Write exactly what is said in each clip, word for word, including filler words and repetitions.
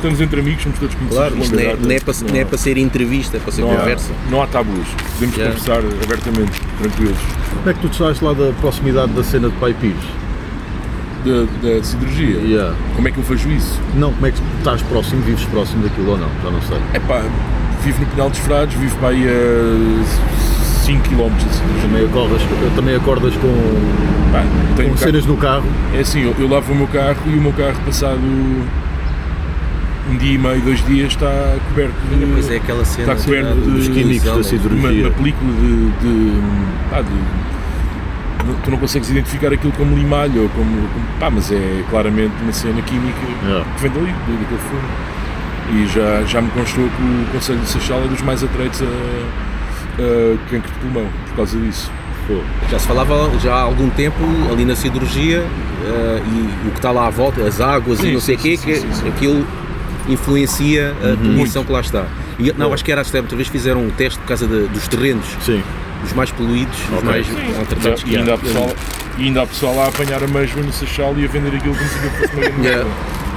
estamos entre amigos, somos todos conhecidos. Claro, isto não é, não, é para, não, não é para ser entrevista, é para ser conversa. Há, não há tabus, podemos yeah. conversar abertamente, tranquilos. Como é que tu estás lá da proximidade da cena de Pai Pires? Da, da siderurgia? Yeah. Como é que eu vejo isso? Não, como é que estás próximo, vives próximo daquilo ou não? Já não sei. É pá, vivo no Pinhal dos Frades, vivo para aí a cinco quilómetros da siderurgia. Também acordas, também acordas com, pá, com cenas no carro? É assim, eu, eu lavo o meu carro e o meu carro passado um dia e meio, dois dias está coberto de... Pois é, aquela cena está coberto de, dos químicos da siderurgia. Uma, uma película de... de, ah, de tu não consegues identificar aquilo como limalho ou como, como pá, mas é claramente uma cena química yeah. que vem dali, daquele fundo. E já, já me constou que o Concelho de Seixal é dos mais atreitos a, a cancro de pulmão, por causa disso. Pô. Já se falava já há algum tempo ali na siderurgia uh, e o que está lá à volta, as águas sim, e não sei o quê, que sim, sim. aquilo influencia a uhum. poluição que lá está. E, não, acho que era, outra vez fizeram um teste por causa de, dos terrenos. Sim. Os mais poluídos, okay. os mais maltratados que há. Pessoal, e ainda há pessoal lá a apanhar a mesma no Seixal e a vender aquilo como se fosse uma grande yeah.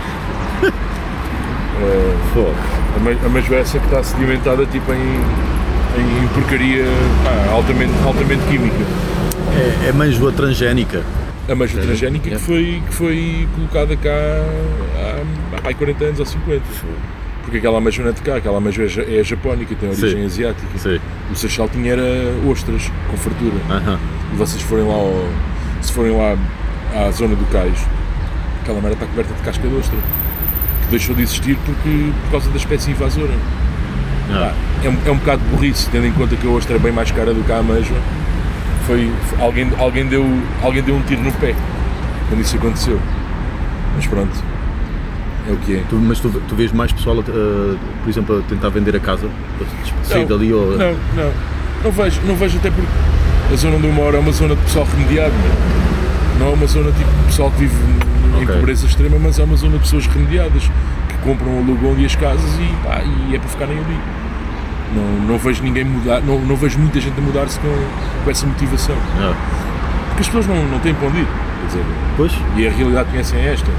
uh, A mesma essa que está sedimentada tipo em, em porcaria pá, altamente, altamente química. É, é manjoa transgénica. A manjoa transgénica yeah. que, foi, que foi colocada cá há, há quarenta anos ou cinquenta. Porque aquela ameijoa não é de cá, aquela ameijoa é, é japónica, tem origem Sim. asiática. Sim. O Seixal tinha era ostras, com fartura. Uh-huh. E vocês forem lá, ao, se forem lá à zona do cais, aquela merda está coberta de casca de ostra, que deixou de existir porque, por causa da espécie invasora. Ah. É, um, é um bocado burrice, tendo em conta que a ostra é bem mais cara do que a ameijoa. Foi, foi, alguém, alguém, deu, alguém deu um tiro no pé quando isso aconteceu. Mas pronto. É o que é. Tu, mas tu, tu vês mais pessoal, uh, por exemplo, a tentar vender a casa? Sair dali ou... Não, não. Não vejo, não vejo até porque a zona onde eu moro é uma zona de pessoal remediado. Não, não é uma zona tipo de pessoal que vive em okay. pobreza extrema, mas é uma zona de pessoas remediadas que compram, alugam ali as casas e, pá, e é para ficarem ali. Não, não vejo ninguém mudar, não, não vejo muita gente a mudar-se com, com essa motivação. Yeah. Porque as pessoas não, não têm para onde ir. Quer dizer, pois. E a realidade conhecem esta.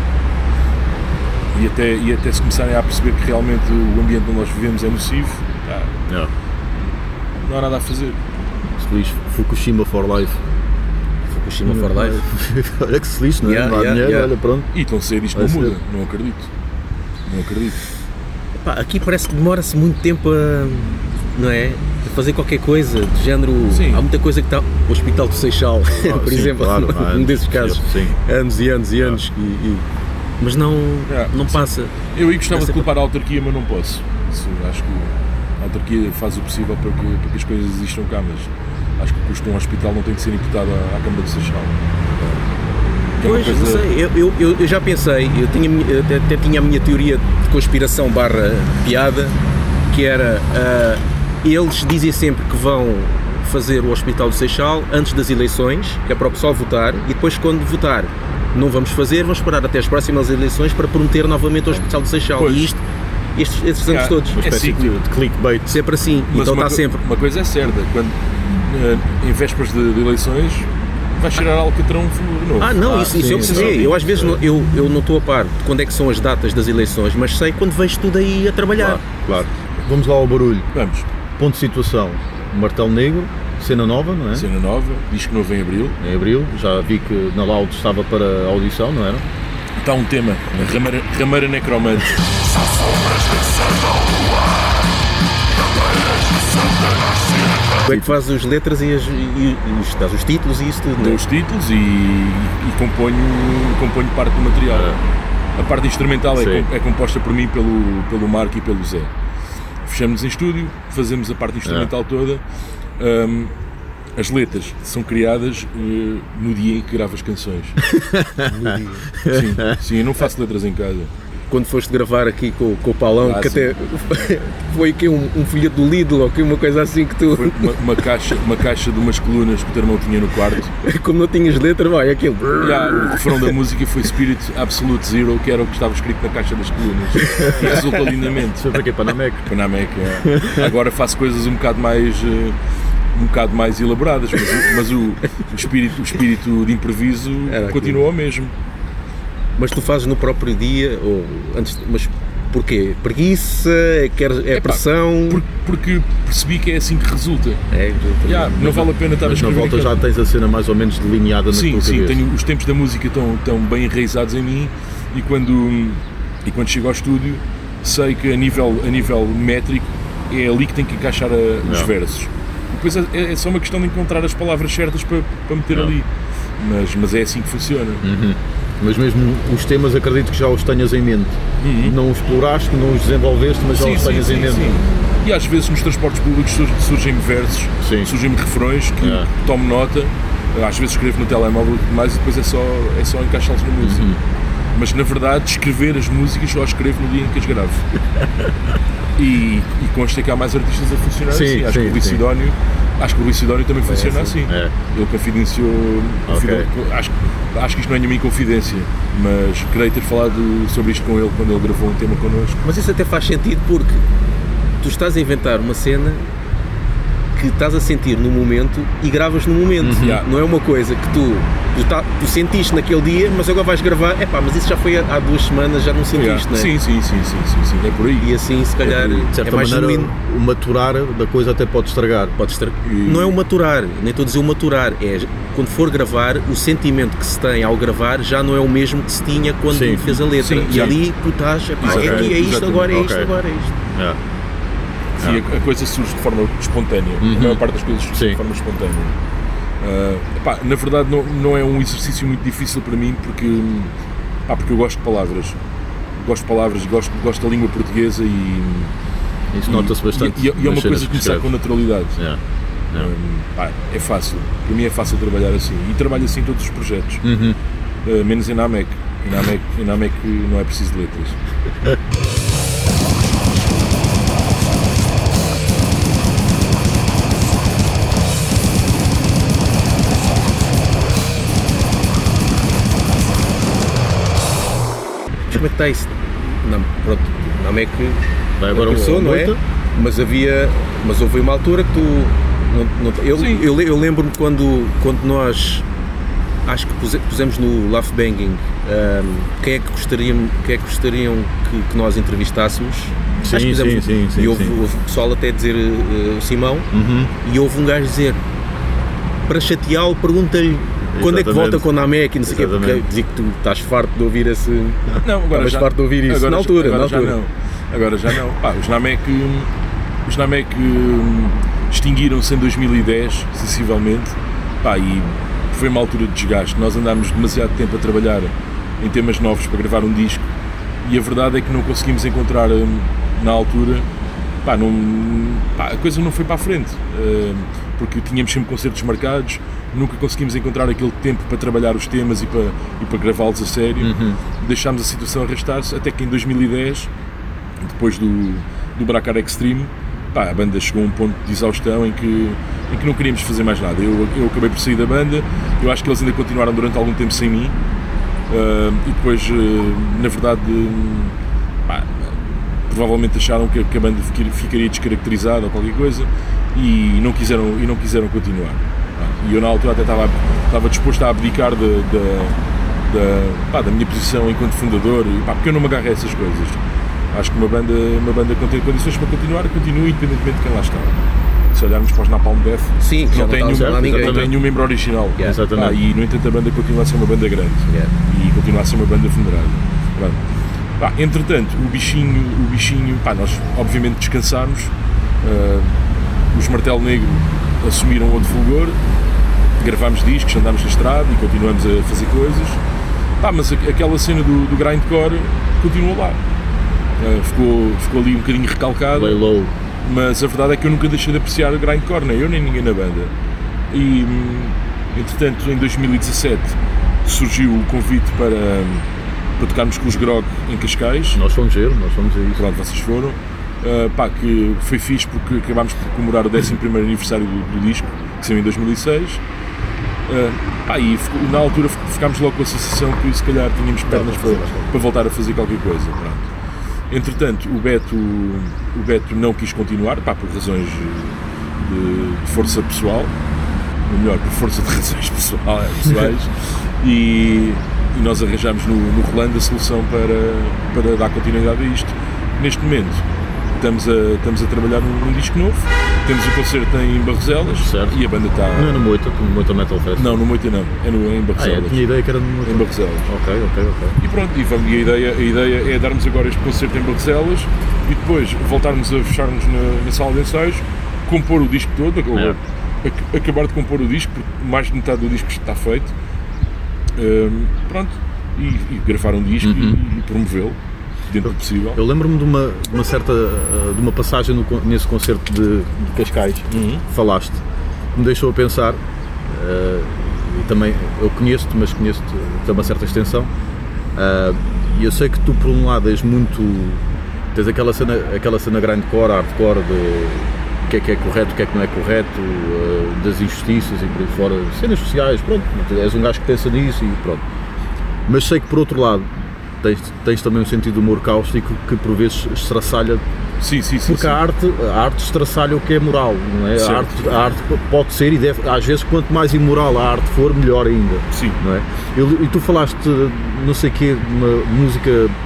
E até, e até se começarem a perceber que realmente o ambiente onde nós vivemos é nocivo, tá, yeah. não há nada a fazer. Se diz Fukushima for life. Fukushima for life. Olha que se lixe, não é? Yeah, não há yeah, dinheiro, yeah. olha, pronto. E tão cedo isto não muda, não acredito. Não acredito. Epá, aqui parece que demora-se muito tempo a, não é, a fazer qualquer coisa, de género, sim. Há muita coisa que está, o Hospital do Seixal, ah, por sim, exemplo, claro, um anos, desses casos, sim. anos e anos e anos, ah. e, e, mas não, yeah, não passa. Eu aí gostava de culpar a autarquia, mas não posso. Isso, acho que a autarquia faz o possível para que, para que as coisas existam cá, mas acho que o custo de um hospital não tem que ser imputado à, à Câmara do Seixal. É pois, coisa... não sei, eu, eu, eu já pensei, eu, tinha, eu até, até tinha a minha teoria de conspiração barra piada, que era, uh, eles dizem sempre que vão fazer o Hospital do Seixal antes das eleições, que é para o pessoal votar, e depois quando votar não vamos fazer, vamos esperar até as próximas eleições para prometer novamente o Hospital do Seixal. Pois. E isto, estes, estes anos ah, todos. Uma espécie é de, de clickbait. Sempre assim, mas então uma, está sempre. Uma coisa é certa, quando uh, em vésperas de, de eleições vai cheirar alcatrão novo. Ah não, ah, isso, sim, isso eu percebi. Eu às vezes não, eu, eu não estou a par de quando é que são as datas das eleições, mas sei quando vejo tudo aí a trabalhar. Claro, claro. Vamos lá ao barulho. Vamos. Ponto de situação. Martelo Negro. Cena nova, não é? Cena nova, disco novo em Abril. Em Abril, já vi que na Loud estava para a audição, não era? Está um tema, Rameira, Rameira Necromante. Como é que fazes as letras e, as, e, e estás os títulos e isso tudo? Dou os títulos e, e componho, componho parte do material. É. A parte instrumental é, é composta por mim, pelo, pelo Marco e pelo Zé. Fechamos em estúdio, fazemos a parte instrumental é. toda. Um, as letras são criadas uh, no dia em que gravo as canções. No dia. Sim, sim, eu não faço letras em casa. Quando foste gravar aqui com, com o Paulão, ah, que sim. até foi aqui um, um folheto do Lidl ou que uma coisa assim que tu... Foi uma, uma, caixa, uma caixa de umas colunas que o teu irmão tinha no quarto. Como não tinhas letra, vai, aquilo... Yeah, o refrão da música foi Spirit Absolute Zero, que era o que estava escrito na caixa das colunas. E resultou lindamente. Foi para quê? Para Namek? Para Namek, é. Agora faço coisas um bocado mais... Uh, um bocado mais elaboradas, mas, mas o, o, espírito, o espírito de improviso era continua o mesmo. Mas tu fazes no próprio dia, ou antes, mas Porquê? Preguiça, quer, é Epá, pressão... Por, porque percebi que é assim que resulta. É, Yeah, não vale a pena estar a Mas na escrever. volta já aquilo. tens a cena mais ou menos delineada na Sim, tua sim, cabeça. tenho, os tempos da música estão, estão bem enraizados em mim e quando, e quando chego ao estúdio sei que a nível, a nível métrico é ali que tem que encaixar a, os Não. versos. Depois é, é só uma questão de encontrar as palavras certas para, para meter Não. ali. Mas, mas é assim que funciona. Uhum. Mas mesmo os temas acredito que já os tenhas em mente. Uhum. Não os exploraste, não os desenvolveste, mas já Sim, os sim, tenhas sim, em mente. sim. E às vezes nos transportes públicos sur- surgem-me versos, Sim. surgem-me refrões que Yeah. tomo nota, às vezes escrevo no telemóvel e tudo mais e depois é só, é só encaixá-los na música. Uhum. Mas na verdade escrever as músicas só escrevo no dia em que as gravo. e, e consta que há mais artistas a funcionar Sim, assim. Acho sim, que o Rui sim. Sidónio, acho que o Rui Sidónio também funciona assim. É. Ele confidenciou, confidou- Ok. acho, acho que isto não é nenhuma inconfidência, mas creio ter falado sobre isto com ele quando ele gravou um tema connosco. Mas isso até faz sentido porque tu estás a inventar uma cena que estás a sentir no momento e gravas no momento. Uhum. Yeah. Não é uma coisa que tu, tu, tá, tu sentiste naquele dia, mas agora vais gravar, epá, mas isso já foi há, há duas semanas, já não sentiste, Yeah. não é? Sim, sim, sim, sim, sim, sim, é por aí. E assim, se calhar, De é certa mais maneira, genuíno. o maturar da coisa até pode estragar. Pode estar... E- Não é o maturar, nem estou a dizer o maturar, é quando for gravar, o sentimento que se tem ao gravar já não é o mesmo que se tinha quando Sim. fez a letra. Sim, e sim. ali tu estás, epá, é, Exatamente, aqui, é isto, exatamente. agora é isto, Ok. agora é isto. É. Sim, a, a coisa surge de forma espontânea. Uhum. A maior parte das coisas surge Sim. de forma espontânea. Ah, epá, na verdade, não, não é um exercício muito difícil para mim porque, pá, porque eu gosto de palavras. Gosto de palavras, gosto, gosto da língua portuguesa e. Isso e- notase bastante. E, e, e é nas uma cenas coisa que me sai com escreves. naturalidade. É. É. Hum, pá, é fácil. Para mim é fácil trabalhar assim. E trabalho assim em todos os projetos. Uhum. Uh, menos em Namek. Em Namek, em Namek não é preciso letras. Como é que está isso? Não, pronto, não é que Vai agora começou, o não é? noite. Mas havia, mas houve uma altura que tu, não, não, eu, Sim. eu, eu lembro-me quando, quando nós, acho que puse- pusemos no Laugh Banging, ahm, quem é que gostariam, quem é que, gostariam que, que nós entrevistássemos? Sim, Acho que sim, fizemos- sim, sim, E houve, sim. houve pessoal até dizer eh, o Simão, Uhum. e houve um gajo dizer, para chateá-lo, pergunta-lhe quando é que Exatamente. volta com o Namek e não sei o quê, porque Exatamente. dizia que tu estás farto de ouvir esse... Não, agora Estavas já, farto de ouvir isso. agora, Na altura, agora na já altura. não. Agora já não. Pá, os Namek, os Namek hum, extinguiram-se em dois mil e dez, sensivelmente. Pá, e foi uma altura de desgaste. Nós andámos demasiado tempo a trabalhar em temas novos para gravar um disco e a verdade é que não conseguimos encontrar hum, na altura. Pá, não, pá, a coisa não foi para a frente. hum, porque tínhamos sempre concertos marcados, nunca conseguimos encontrar aquele tempo para trabalhar os temas e para, e para gravá-los a sério. Uhum. Deixámos a situação arrastar-se até que em dois mil e dez, depois do, do Bracar Extreme, pá, a banda chegou a um ponto de exaustão em que, em que não queríamos fazer mais nada. Eu, eu acabei por sair da banda, eu acho que eles ainda continuaram durante algum tempo sem mim, uh, e depois, uh, na verdade, uh, pá, provavelmente acharam que, que a banda fiquir- ficaria descaracterizada ou qualquer coisa e não quiseram, e não quiseram continuar. Pá, e eu na altura até estava, estava disposto a abdicar da, da, da, pá, da minha posição enquanto fundador, e, pá, porque eu não me agarro a essas coisas. Acho que uma banda, uma banda que tem condições para continuar, continua independentemente de quem lá está. Se olharmos para os Napalm Death, Sim, que já não tem não nenhum, está a usar ninguém. não tem nenhum membro original. Yeah. Exatamente. Pá, e no entanto a banda continua a ser uma banda grande Yeah. e continua a ser uma banda venerada. Pronto. Pá, entretanto, o bichinho, o bichinho, pá, nós obviamente descansámos, ah, os Martelo Negro assumiram outro fulgor, gravámos discos, andámos na estrada e continuamos a fazer coisas. Pá, mas a- aquela cena do, do grindcore continuou lá. Ah, ficou, ficou ali um bocadinho recalcada. Lay low. Mas a verdade é que eu nunca deixei de apreciar o grindcore, nem eu nem ninguém na banda. E, hum, entretanto, em dois mil e dezassete surgiu o convite para, para tocarmos com os Grog em Cascais. Nós fomos ver, nós fomos a isso. Pronto, vocês foram. Uh, pá, que foi fixe porque acabámos por comemorar o décimo primeiro aniversário do, do disco, que saiu em dois mil e seis. Uh, pá, e ficou- na altura ficámos logo com a sensação que se calhar tínhamos pernas para, para voltar a fazer qualquer coisa. Pronto. Entretanto, o Beto, o Beto não quis continuar, pá, por razões de, de força pessoal, ou melhor, por força de razões pessoal, pessoais, e, e nós arranjámos no, no Rolando a solução para, para dar continuidade a isto. neste momento estamos a, estamos a trabalhar num, num disco novo, temos o concerto em Barroselas Certo. e a banda está... Não é no Moita, no Moita Metal Fest? Não, no Moita não, é no, em Ah, é, Barroselas. tinha ideia que era no Moita. Em Barroselas. Ok, ok, ok. E pronto, e, vamos, e a, ideia, a ideia é darmos agora este concerto em Barroselas e depois voltarmos a fechar-nos na, na sala de ensaios, compor o disco todo, ou, É. ac- acabar de compor o disco, porque mais de metade do disco está feito. Hum, pronto, e, e gravar um disco Uhum. e, e promovê-lo dentro do possível. Eu lembro-me de uma, de uma certa, uh, de uma passagem no, con- nesse concerto de, de Cascais, Uhum. que falaste, que me deixou a pensar, uh, e também, eu conheço-te, mas conheço-te a uma certa extensão, uh, e eu sei que tu, por um lado, és muito, tens aquela cena, aquela cena grindcore, hardcore, de o que é que é correto, o que é que não é correto, uh, das injustiças e por aí fora, cenas sociais, pronto, és um gajo que pensa nisso e pronto. Mas sei que, por outro lado, tens, tens também um sentido de humor cáustico que por vezes estraçalha, Sim, sim, sim. porque sim. a arte, a arte estraçalha o que é moral, não é? A Certo. arte, a arte pode ser e deve, às vezes quanto mais imoral a arte for, melhor ainda, Sim. não é? Eu- e tu falaste, não sei o quê, de uma música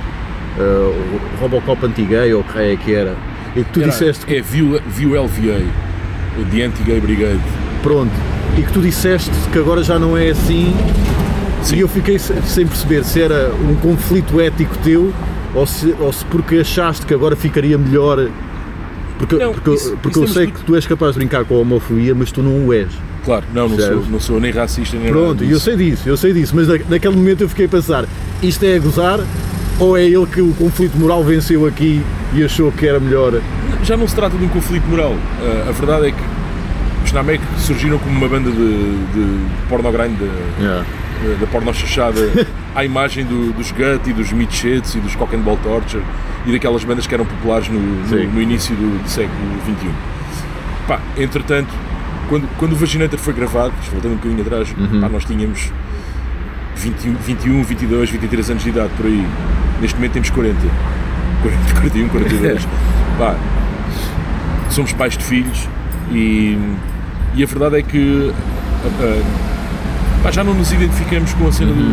uh, Robocop anti-gay ou o que é que era, e que tu Era- disseste, É V U L V A, The Anti-Gay Brigade. pronto, e que tu disseste que agora já não é assim. Sim. E eu fiquei se- sem perceber se era um conflito ético teu ou se, ou se porque achaste que agora ficaria melhor. Porque, Não, porque, isso- porque isso eu temos sei tudo. que tu és capaz de brincar com a homofobia, mas tu não o és. Claro, não, não Percebes? sou, não sou nem racista nem Pronto, nada e eu disso. sei disso, eu sei disso, mas na, naquele momento eu fiquei a pensar, isto é a gozar ou é ele que o conflito moral venceu aqui e achou que era melhor? Já não se trata de um conflito moral. Uh, a verdade é que os Namek surgiram como uma banda de, de porno grind, de, Yeah. de- da porno chachada, à imagem do, dos Gut e dos Midgets e dos Cock and Ball Torture e daquelas bandas que eram populares no, Sim. no, no início do, do século vinte e um. Pá, entretanto, quando, quando o Vaginator foi gravado, voltando um bocadinho atrás, Uhum. pá, nós tínhamos vinte e um, vinte e um, vinte e dois, vinte e três anos de idade, por aí. Neste momento temos quarenta. quarenta, quarenta e um, quarenta e dois. Pá, somos pais de filhos e, e a verdade é que ah, ah, pá, já não nos identificamos com a cena do, do,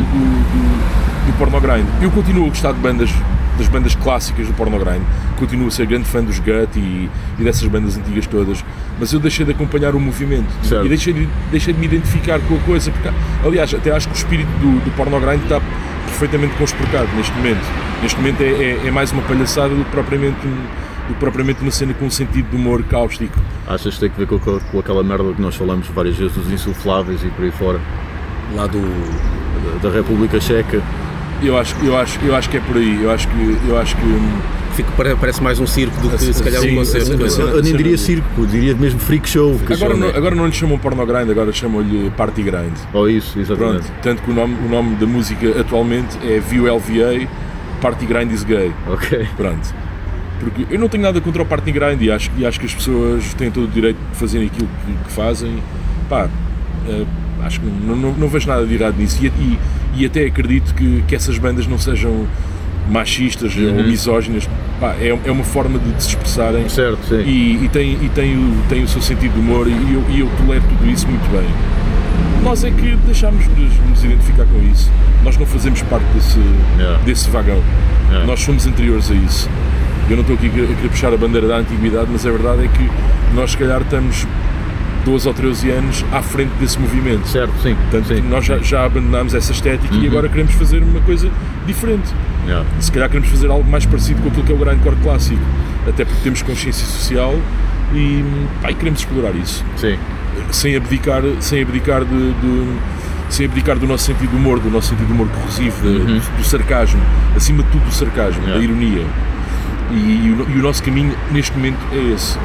do, do porno grind. Eu continuo a gostar de bandas, das bandas clássicas do porno grind, continuo a ser grande fã dos Gut e, e dessas bandas antigas todas, mas eu deixei de acompanhar o movimento Certo. e deixei de, deixei de me identificar com a coisa, porque, aliás, até acho que o espírito do, do porno grind está perfeitamente conspurcado neste momento. Neste momento é, é, é mais uma palhaçada do que propriamente, um, do que propriamente uma cena com um sentido de humor cáustico. Achas que tem que ver com, com, com aquela merda que nós falamos várias vezes dos insufláveis e por aí fora, Lá do. da, da República Checa? Eu acho, eu acho, eu acho que é por aí. Eu acho que, eu acho que hum, Fica, pare- parece mais um circo do que Sim, se calhar um sim, concerto. sim, Coisa. sim. Eu nem cena diria do- circo, eu diria mesmo freak show. que agora, são, não, né? agora não lhe chamam porno grind, agora chamam-lhe party grind. Ou isso, exatamente. Pronto, tanto que o nome, o nome da música atualmente é V U L V A, Party Grind is Gay. Ok. Pronto. Porque eu não tenho nada contra o party grind e acho, e acho que as pessoas têm todo o direito de fazerem aquilo que, que fazem. Pá, eh, acho que não, não, não vejo nada de errado nisso e, e, e até acredito que, que essas bandas não sejam machistas Uhum. ou misóginas. Pá, é, é uma forma de, de se expressarem Certo, sim. e, e, tem, e tem, o, tem o seu sentido de humor e eu, e eu tolero tudo isso muito bem. Nós é que deixámos de nos identificar com isso. Nós não fazemos parte desse, Yeah. desse vagão. Yeah. Nós somos anteriores a isso. Eu não estou aqui a querer puxar a bandeira da antiguidade, mas a verdade é que nós se calhar estamos doze ou treze anos à frente desse movimento. Certo, sim. Portanto, sim. nós já, já abandonámos essa estética Uhum. e agora queremos fazer uma coisa diferente. Yeah. Se calhar queremos fazer algo mais parecido com aquilo que é o grindcore clássico, até porque temos consciência social e, pá, e queremos explorar isso, Sim. sem abdicar, sem abdicar de, de- sem abdicar do nosso sentido de humor, do nosso sentido de humor corrosivo, de- Uhum. do, do sarcasmo, acima de tudo do sarcasmo, Yeah. da ironia. E, e o, e o nosso caminho neste momento é esse.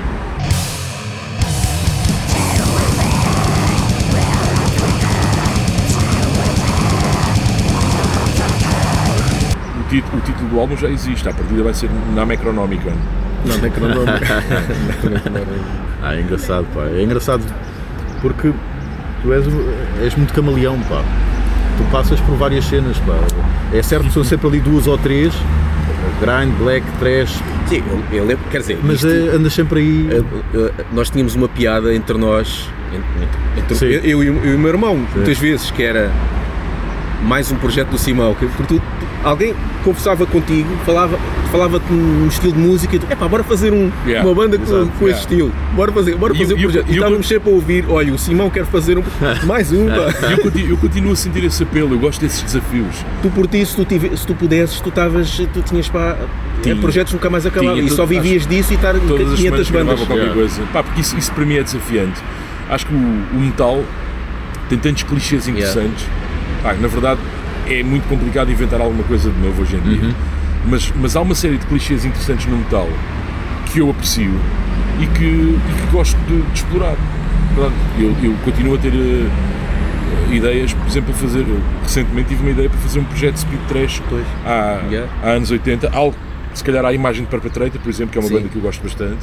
O título, o título do álbum já existe, a partida vai ser na Macronomicon. Não, não é que não dou. Ah, é engraçado, pá. É engraçado porque tu és, és muito camaleão, pá. Tu passas por várias cenas, pá. É certo que são sempre ali duas ou três, grind, black, trash, Sim, eu, eu lembro, quer dizer, mas isto, é, andas sempre aí. eh, eh, nós tínhamos uma piada entre nós, entre, entre- Sim. eu, eu e o eu e o meu irmão, muitas vezes, que era mais um projeto do Simão, que, porque tu, tu- alguém conversava contigo, falava, falava-te num estilo de música e tu, epá, bora fazer um, Yeah, uma banda com, exato, com yeah. esse estilo, bora fazer, bora E fazer eu- um e eu- projeto. e E eu- estávamos sempre a ouvir, olha, o Simão quer fazer um, mais um, pá. Eu continuo, eu continuo a sentir esse apelo, eu gosto desses desafios. Tu por ti, se tu, tive, se tu pudesses, tu, tavas, tu tinhas pá, Tinha. projetos nunca mais acabavam Tinha, e só tudo- vivias disso e estar em Todas as quinhentas semanas gravava bandas. qualquer Yeah. coisa. Pá, porque isso, isso para mim é desafiante. Acho que o, o metal tem tantos clichês interessantes. Pá, na verdade, é muito complicado inventar alguma coisa de novo hoje em dia. Uhum. Mas, mas há uma série de clichês interessantes no metal que eu aprecio e que, e que gosto de, de explorar. Pronto, eu, eu continuo a ter uh, ideias, por exemplo, a fazer. Eu, recentemente tive uma ideia para fazer um projeto de speed trash Pois. há, Yeah. há anos oitenta, algo, se calhar à imagem de Perpetrator, por exemplo, que é uma Sim. banda que eu gosto bastante.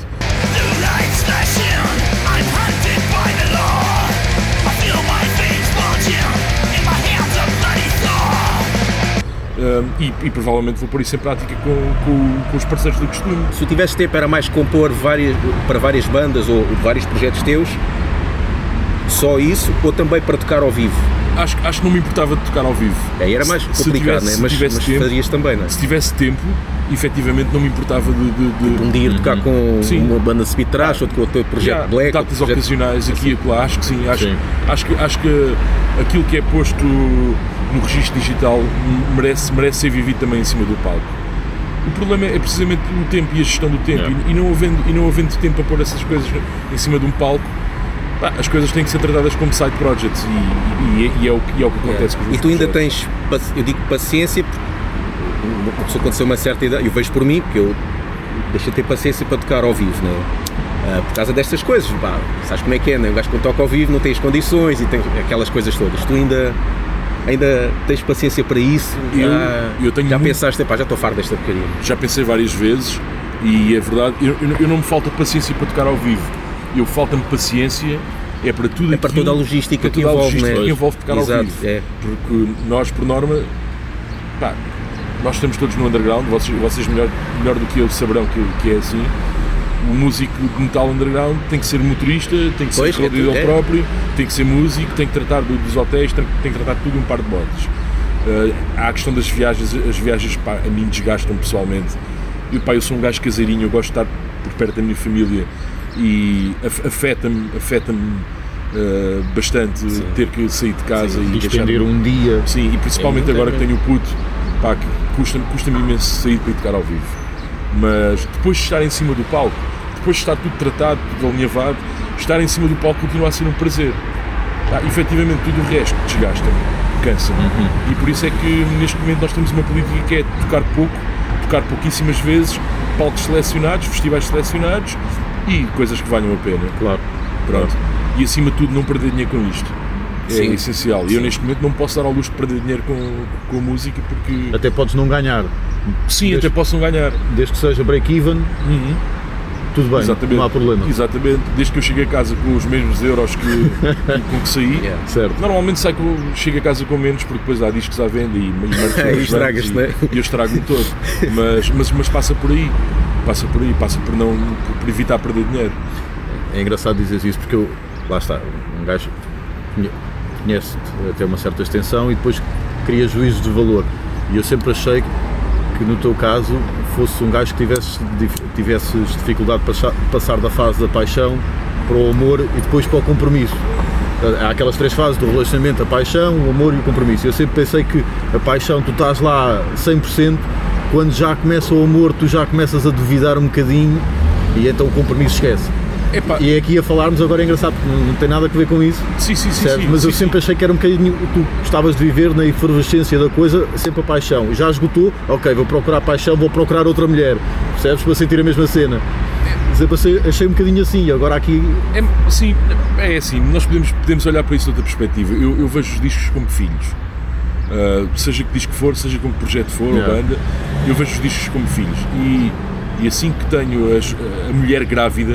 Um, e, e provavelmente vou pôr isso em prática com, com, com os parceiros do costume. Se tu tivesse tempo era mais compor várias, para várias bandas ou vários projetos teus, só isso, ou também para tocar ao vivo? Acho, acho que não me importava de tocar ao vivo. Aí era mais Se- se complicado, tivesse- né? se mas, tivesse mas tempo- fazias também, não é? Se tivesse tempo, efetivamente não me importava de. de, de Um dia ir tocar com Sim. uma banda de speed trash, outro com o teu projeto Yeah, Black, datas outro projeto- ocasionais aqui e acolá, acho que sim. Acho, Sim. acho, que, acho que aquilo que é posto no registro digital merece, merece ser vivido também em cima do palco. O problema é precisamente o tempo e a gestão do tempo. Yeah. E, e, não havendo, e não havendo tempo para pôr essas coisas em cima de um palco, pá, as coisas têm que ser tratadas como side projects e, e- e é, o, que- e é o que acontece com os E meus tu ainda projetos. tens, paci- eu digo paciência, porque uma pessoa quando tem uma certa idade, eu vejo por mim, porque eu deixei de ter paciência para tocar ao vivo, não é? Ah, por causa destas coisas, pá, sabes como é que é, não é? O gajo quando toca ao vivo não tem as condições e tem aquelas coisas todas. Tu ainda, ainda tens paciência para isso? Eu- já eu tenho já muito- pensaste, pá, já estou farto desta porcaria. Já pensei várias vezes e é verdade, eu, eu, eu não me falta paciência para tocar ao vivo. Eu falta-me paciência é para tudo É para aquilo- toda a logística para que toda a envolve, logística né? que envolve tocar Exato, ao vivo. é. Porque nós, por norma, pá, nós estamos todos no underground, vocês, vocês melhor, melhor do que eu saberão que, que é assim. O músico de metal underground tem que ser motorista, tem que ser Pois, é rendido tudo, é. próprio, tem que ser músico, tem que tratar do- dos hotéis, tem, tem que tratar de tudo de um par de botas. Uh, há a questão das viagens, as viagens pá, a mim desgastam pessoalmente. Eu, pá, eu sou um gajo caseirinho, eu gosto de estar por perto da minha família e af- afeta-me afeta-me uh, bastante ter que sair de casa E e estender deixar- um dia. Sim, e principalmente É, agora que é. tenho o puto, pá, que custa-me custa-me imenso sair para ir tocar ao vivo. Mas depois de estar em cima do palco, depois de estar tudo tratado, tudo alinhavado, estar em cima do palco continua a ser um prazer. Tá, efetivamente tudo o resto desgasta-me, cansa-me. Uhum. E por isso é que neste momento nós temos uma política que é tocar pouco, tocar pouquíssimas vezes, palcos selecionados, festivais selecionados e coisas que valham a pena. Claro. Pronto. E acima de tudo não perder dinheiro com isto. É Sim. essencial. E eu neste momento não posso dar ao luxo de perder dinheiro com, com a música porque Até podes não ganhar. sim, desde- até posso não ganhar. Desde que seja break-even, tudo bem, Exatamente. não há problema. Exatamente. Desde que eu cheguei a casa com os mesmos euros que, que- com que saí. Yeah. Certo. Normalmente saio com, chego a casa com menos porque depois há discos à venda e, e marcas Aí nas estragas-te, bandas não é? e, e eu estrago-me todo. Mas, mas, mas passa por aí. Passa por aí, passa por, não, por evitar perder dinheiro. É engraçado dizer isso porque eu, lá está, um gajo conhe- conhece-te até uma certa extensão e depois cria juízos de valor. E eu sempre achei que no teu caso fosse um gajo que tivesse, dif- tivesses dificuldade de passar, passar da fase da paixão para o amor e depois para o compromisso. Há aquelas três fases do relacionamento, a paixão, o amor e o compromisso. Eu sempre pensei que a paixão, tu estás lá cem por cento, quando já começa o amor tu já começas a duvidar um bocadinho e então o compromisso esquece. Epá, E é aqui a falarmos, agora é engraçado porque não, não tem nada a ver com isso, sim, sim, sim, certo? sim, Mas eu sim, sempre achei que era um bocadinho, tu gostavas de viver na efervescência da coisa, sempre a paixão. Já esgotou, ok, vou procurar paixão, vou procurar outra mulher, percebes? Para sentir a mesma cena. Sempre achei, achei um bocadinho assim, agora aqui, É, sim, é assim, nós podemos, podemos olhar para isso de outra perspectiva. Eu, eu vejo os discos como filhos. Uh, seja que disco for, seja como projeto for, Yeah. ou banda, eu vejo os discos como filhos. E, e assim que tenho as- a mulher grávida,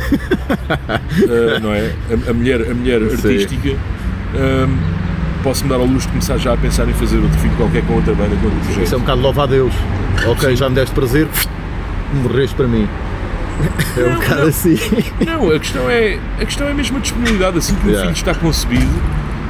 uh, não é? A, a mulher, a mulher Sim. artística, um, posso-me dar ao luxo de começar já a pensar em fazer outro filho qualquer com outra banda, com outro projeto. isso é um bocado louva a Deus. Ok, já me deste prazer, morreste para mim. É um Não, bocado não. assim. Não, a questão é, a questão é mesmo a disponibilidade. Assim que o Yeah. filho está concebido,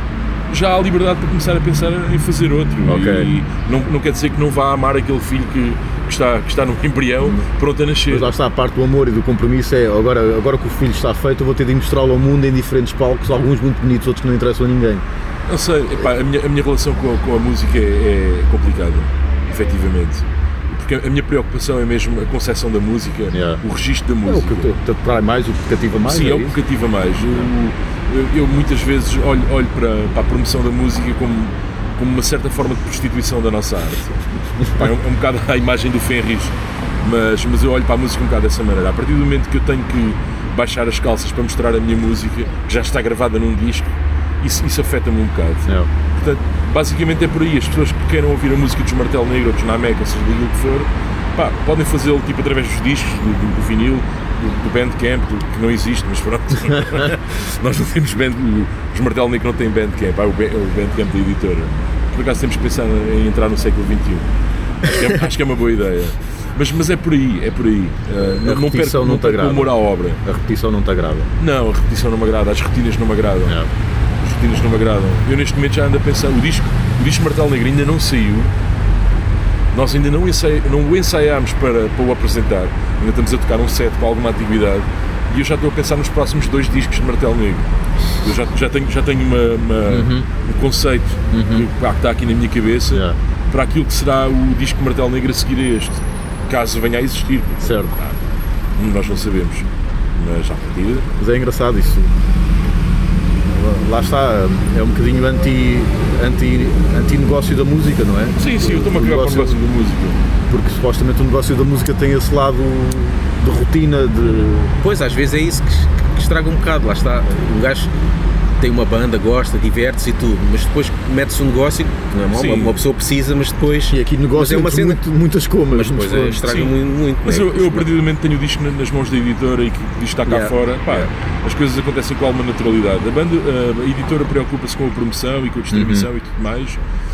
já há liberdade para começar a pensar em fazer outro. Okay. E não, não quer dizer que não vá amar aquele filho que, que, está, que está no embrião pronto a nascer. Mas lá está, a parte do amor e do compromisso é agora, agora que o filho está feito eu vou ter de mostrá-lo ao mundo em diferentes palcos, alguns muito bonitos, outros que não interessam a ninguém. Não sei, epá, a, minha, a minha relação com a, com a música é, é complicada, efetivamente. Porque a minha preocupação é mesmo a concepção da música, yeah. o registro da música. É o que te atrai mais, o que te cativa mais? Sim, é, é o que me cativa mais. Eu, eu, eu muitas vezes olho, olho para, para a promoção da música como, como uma certa forma de prostituição da nossa arte. Pá, é, um, é um bocado a imagem do Fenris, mas, mas eu olho para a música um bocado dessa maneira. A partir do momento que eu tenho que baixar as calças para mostrar a minha música, que já está gravada num disco, isso, isso afeta-me um bocado. Yeah. Portanto, basicamente é por aí. As pessoas que queiram ouvir a música dos Martelo Negro ou dos Namek, ou seja, daquilo que for, pá, podem fazê-lo tipo através dos discos, do, do, do vinil, do, do Bandcamp, do, que não existe, mas pronto. Nós não temos band, os Martelo Negro não têm Bandcamp, há o, o Bandcamp da editora. Por acaso temos que pensar em entrar no século vinte e um. Acho que é, acho que é uma boa ideia. Mas, mas é por aí, é por aí. Uh, não, não perco, não perco o amor à obra. A repetição não te agrada? Não, a repetição não me agrada, as rotinas não me agradam. Yeah. As rotinas não me agradam. Eu neste momento já ando a pensar, o disco, o disco Martelo Negro ainda não saiu, nós ainda não, ensai, não o ensaiámos para, para o apresentar, ainda estamos a tocar um set com alguma atividade e eu já estou a pensar nos próximos dois discos de Martelo Negro. Eu já, já tenho, já tenho uma, uma, uhum. um conceito uhum. que, que está aqui na minha cabeça yeah. para aquilo que será o disco Martelo Negro a seguir a este, caso venha a existir. Certo. Ah, nós não sabemos, mas à partida. Mas é engraçado isso. Lá está, é um bocadinho anti, anti, anti-negócio da música, não é? Sim, sim, eu estou-me a cagar para o negócio da música. Porque supostamente o negócio da música tem esse lado de rotina, de... Pois, às vezes é isso que, que estraga um bocado, lá está, o gajo tem uma banda, gosta, diverte-se e tudo, mas depois mete-se um negócio, que não é mal, uma pessoa precisa, mas depois... E aqui negócio é uma cena, muito, muitas comas. Mas depois é, estraga muito, muito. Mas né? eu, eu a partir do momento tenho o disco nas mãos da editora e que o disco está cá yeah. fora, pá, yeah. as coisas acontecem com alguma naturalidade. A, banda, a editora preocupa-se com a promoção e com a distribuição uhum. e tudo mais.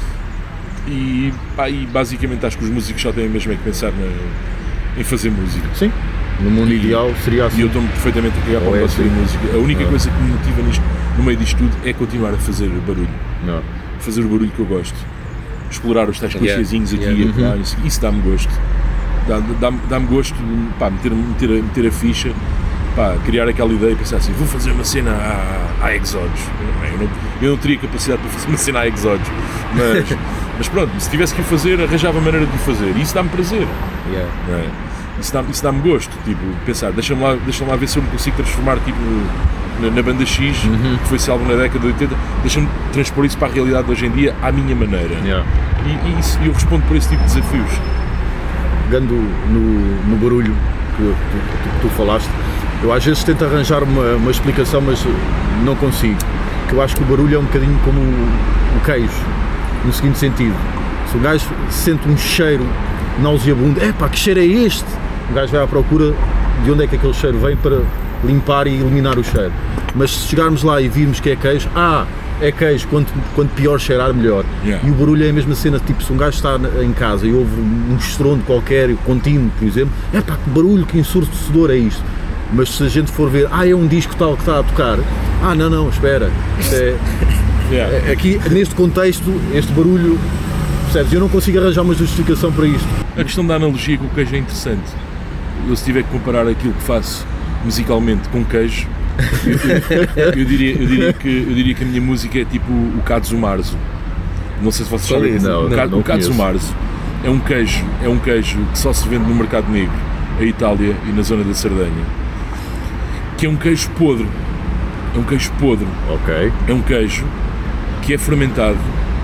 E, pá, e basicamente acho que os músicos só têm mesmo é que pensar na, em fazer música. Sim. No mundo e, ideal seria assim. E eu estou-me perfeitamente a cagar para o negócio da música. A única ah. coisa que me motiva nisto, no meio disto tudo, é continuar a fazer barulho. Não. Fazer o barulho que eu gosto. Explorar os tais yeah. clichêzinhos aqui yeah. e acolá. Uhum. Isso, isso dá-me gosto. Dá, dá-me, dá-me gosto de pá, meter, meter, a, meter a ficha, pá, criar aquela ideia e pensar assim, vou fazer uma cena à, à Exodus. Eu não, eu não teria capacidade para fazer uma cena à Exodus. Mas, mas pronto, se tivesse que o fazer, arranjava a maneira de o fazer. E isso dá-me prazer. Yeah. Não é? Isso, dá, isso dá-me gosto, tipo, pensar, deixa-me lá, deixa-me lá ver se eu me consigo transformar tipo, na, na banda X, uhum. que foi esse álbum na década de oitenta, deixa-me transpor isso para a realidade de hoje em dia à minha maneira. Yeah. E, e isso, eu respondo por esse tipo de desafios. Pegando no, no barulho que, que, que, que tu falaste, eu às vezes tento arranjar uma, uma explicação, mas não consigo. Que eu acho que o barulho é um bocadinho como o, o queijo, no seguinte sentido: se o gajo sente um cheiro nauseabundo, epá, que cheiro é este? O gajo vai à procura de onde é que aquele cheiro vem para limpar e eliminar o cheiro. Mas se chegarmos lá e virmos que é queijo, ah, é queijo, quanto, quanto pior cheirar, melhor. Yeah. E o barulho é a mesma cena, tipo, se um gajo está em casa e ouve um estrondo qualquer, contínuo, por exemplo, é pá, que barulho, que ensurdecedor é isto. Mas se a gente for ver, ah, é um disco tal que está a tocar, ah, não, não, espera, isto é... Yeah. é aqui, neste contexto, este barulho, percebes? Eu não consigo arranjar uma justificação para isto. A questão da analogia com o queijo é interessante. Eu, se tiver que comparar aquilo que faço musicalmente com queijo, eu, eu, eu, diria, eu, diria que, eu diria que a minha música é tipo o Katsu Marzu. Não sei se vocês sabem. Não, não, não o Katsu Marzu é um queijo, é um queijo que só se vende no mercado negro, a Itália e na zona da Sardenha, que é um queijo podre. É um queijo podre. Ok. É um queijo que é fermentado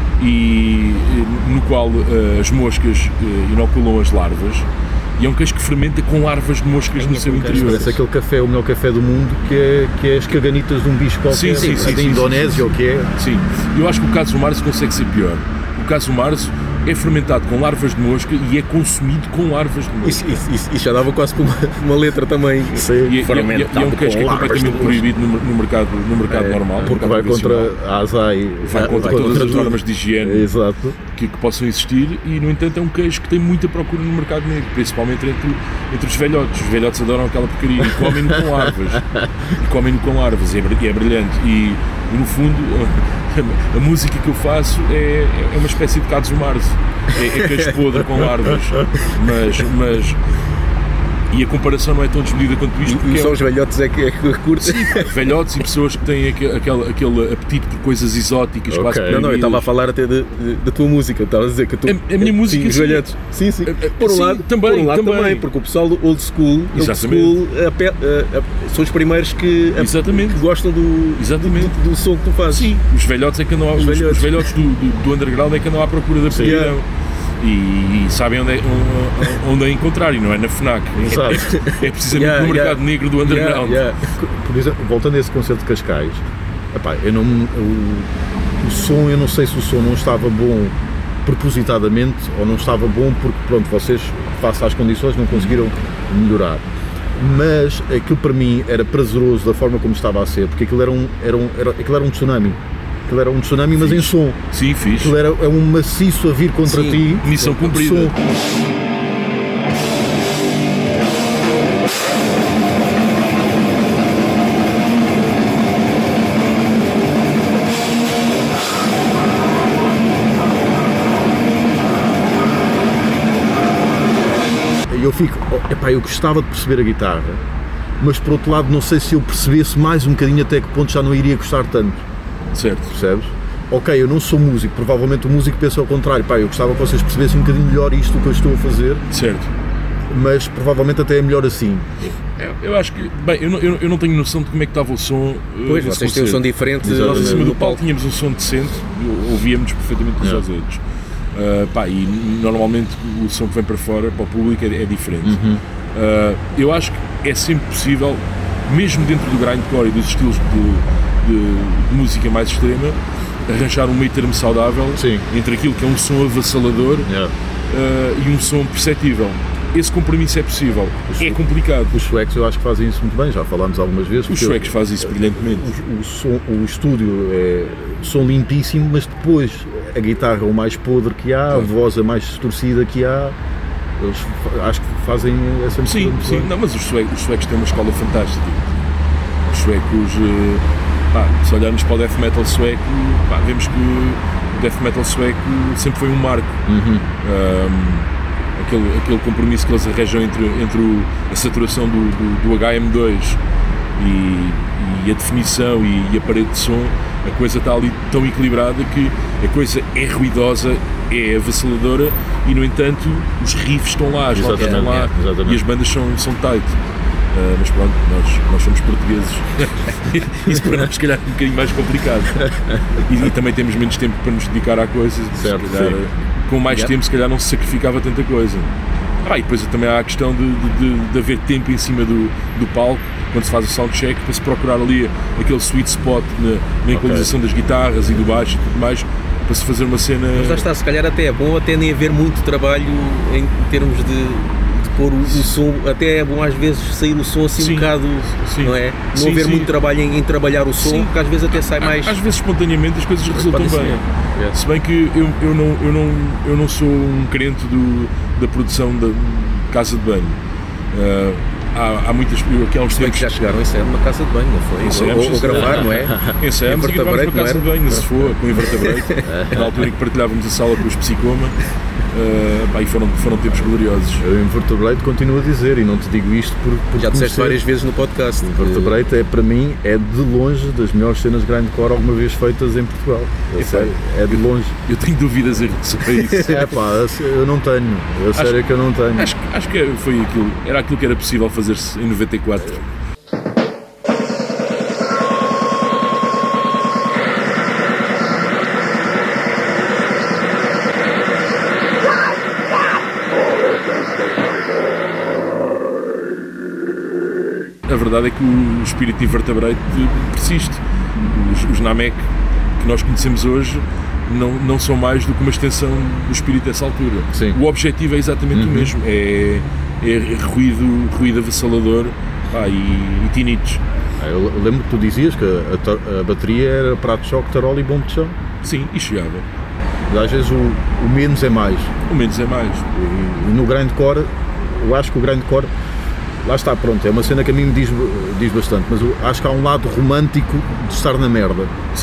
e no qual uh, as moscas uh, inoculam as larvas, e é um queijo que fermenta com larvas de moscas no seu interior. Parece aquele café, o melhor café do mundo, que é, que é as caganitas de um bicho qualquer, sim, sim, sim, da sim, Indonésia ou o que é. Sim, eu acho que o Katsu Marzu consegue ser pior. O Katsu Marzu é fermentado com larvas de mosca e é consumido com larvas de mosca. Isso, isso, isso, isso já dava quase para uma, uma letra também. Sim. E, e, e, e é um queijo que é completamente proibido no, no mercado, no mercado é, normal. Porque vai contra a ASAI. Vai contra vai todas contra as normas de higiene Exato. Que, que possam existir, e no entanto é um queijo que tem muita procura no mercado negro, principalmente entre, entre os velhotes. Os velhotes adoram aquela porcaria e comem-no com larvas. E comem-no com larvas, e é, é brilhante. E no fundo, a, a música que eu faço é, é uma espécie de Cados do Marzo, é, é queijo podre com larvas, mas, mas e a comparação não é tão desmedida quanto isto. E são é... os velhotes é que, é que curtem. Velhotes e pessoas que têm aquele, aquele, aquele apetite por coisas exóticas, okay. quase. Não, não, eu estava a falar até da tua música, estava a dizer que tu, a, a minha música, sim, os velhotes. Sim, sim. Por um sim, lado, também, por um lado também. também, porque o pessoal do old school, old school a, a, a, são os primeiros que, a, que gostam do, Exatamente. Do, do som que tu fazes. Sim, os velhotes é que andam, os, os velhotes, os velhotes do, do, do underground é que andam à procura da pedidão. E, e sabem onde é, onde é encontrar, e não é na FNAC, é, é precisamente yeah, no mercado yeah. negro do underground. Yeah, yeah. Por exemplo, voltando a esse concerto de Cascais, epá, eu não, o, o som, eu não sei se o som não estava bom propositadamente ou não estava bom porque, pronto, vocês, face às condições, não conseguiram melhorar. Mas aquilo para mim era prazeroso da forma como estava a ser, porque aquilo era um, era um, era, aquilo era um tsunami. Aquilo era um tsunami, mas fiz. Em som. Sim, fiz. Aquilo era é um maciço a vir contra Sim, ti. Missão cumprida. Som. Eu fico, epá, eu gostava de perceber a guitarra, mas por outro lado não sei se eu percebesse mais um bocadinho até que ponto já não iria gostar tanto. Certo. Percebes? Ok, eu não sou músico, provavelmente o músico pensa ao contrário, pá, eu gostava que vocês percebessem um bocadinho melhor isto que eu estou a fazer. Certo. Mas provavelmente até é melhor assim. Eu, eu acho que, bem, eu não, eu, eu não tenho noção de como é que estava o som. Pois, vocês têm um som diferente. Nós em cima do palco tínhamos um som decente, ouvíamos perfeitamente os yeah. dedos. Uh, pá, e normalmente o som que vem para fora, para o público, é, é diferente. Uhum. Uh, eu acho que é sempre possível, mesmo dentro do grindcore e dos estilos de, de, de música mais extrema, arranjar um meio termo saudável Sim. entre aquilo que é um som avassalador yeah. uh, e um som perceptível. Esse compromisso é possível, os, é complicado. Os suecos eu acho que fazem isso muito bem, já falámos algumas vezes. Os suecos eu, fazem isso brilhantemente. O, o, som, o estúdio é som limpíssimo, mas depois a guitarra é o mais podre que há, a voz é mais distorcida que há. Eles acho que fazem essa mistura. Sim, sim. Não, mas os suecos, os suecos têm uma escola fantástica. Os suecos, pá, se olharmos para o death metal sueco, pá, vemos que o death metal sueco sempre foi um marco. Uhum. Um, aquele, aquele compromisso que eles arranjam entre, entre o, a saturação do, do, do H M dois e, e a definição e, e a parede de som, a coisa está ali tão equilibrada que a coisa é ruidosa, é avassaladora e, no entanto, os riffs estão lá, as notas estão lá exatamente. E as bandas são, são tight. Uh, mas pronto, nós, nós somos portugueses. Isso para nós, se calhar, é um bocadinho mais complicado. E, e também temos menos tempo para nos dedicar à coisa. Certo, se calhar, com mais yeah. tempo, se calhar, não se sacrificava tanta coisa. Ah, e depois também há a questão de, de, de haver tempo em cima do, do palco, quando se faz o soundcheck, para se procurar ali aquele sweet spot na, na equalização okay. das guitarras e do baixo e tudo mais, para se fazer uma cena... Mas lá está, se calhar até é bom até nem haver muito trabalho em termos de, de pôr o, o som, até é bom às vezes sair o som assim sim. um bocado, sim. não é? Não sim, haver sim. muito trabalho em, em trabalhar o som, sim. porque às vezes até sai mais... Às vezes espontaneamente as coisas resultam bem. É. Se bem que eu, eu, não, eu, não, eu não sou um crente do, da produção da casa de banho. Uh, há, há muitas... Aqui há uns tempos... que já chegaram em Sam, uma casa de banho, não foi? Ensaiamos, ou, ou gravar, não é? Ensaiamos e gravámos uma casa de banho, na Sefoa, com o Invertebrate, na altura em que partilhávamos a sala com os Psicoma. Uh, pá, e foram, foram tempos gloriosos. O Invertebrate continuo a dizer, e não te digo isto por, por já disseste várias vezes no podcast. O Invertebrate é, para mim, é de longe das melhores cenas de grindcore alguma vez feitas em Portugal. Eu sei, é de longe. Eu tenho dúvidas em relação a isso. É pá, eu não tenho. A sério é que eu não tenho. Acho, acho que foi aquilo, era aquilo que era possível fazer-se em noventa e quatro. A verdade é que o espírito de Invertebrate persiste. Os, os Namek que nós conhecemos hoje não, não são mais do que uma extensão do espírito dessa altura. Sim. O objetivo é exatamente uhum. o mesmo, é, é ruído, ruído avassalador pá, e, e tinitos. Eu lembro que tu dizias que a, a bateria era prato de choque, tarola e bombo de chão. Sim, e chegava. Às vezes o, o menos é mais. O menos é mais. E, e no grindcore, eu acho que o grindcore, lá está, pronto, é uma cena que a mim me diz, diz bastante, mas eu acho que há um lado romântico de estar na merda. Sim.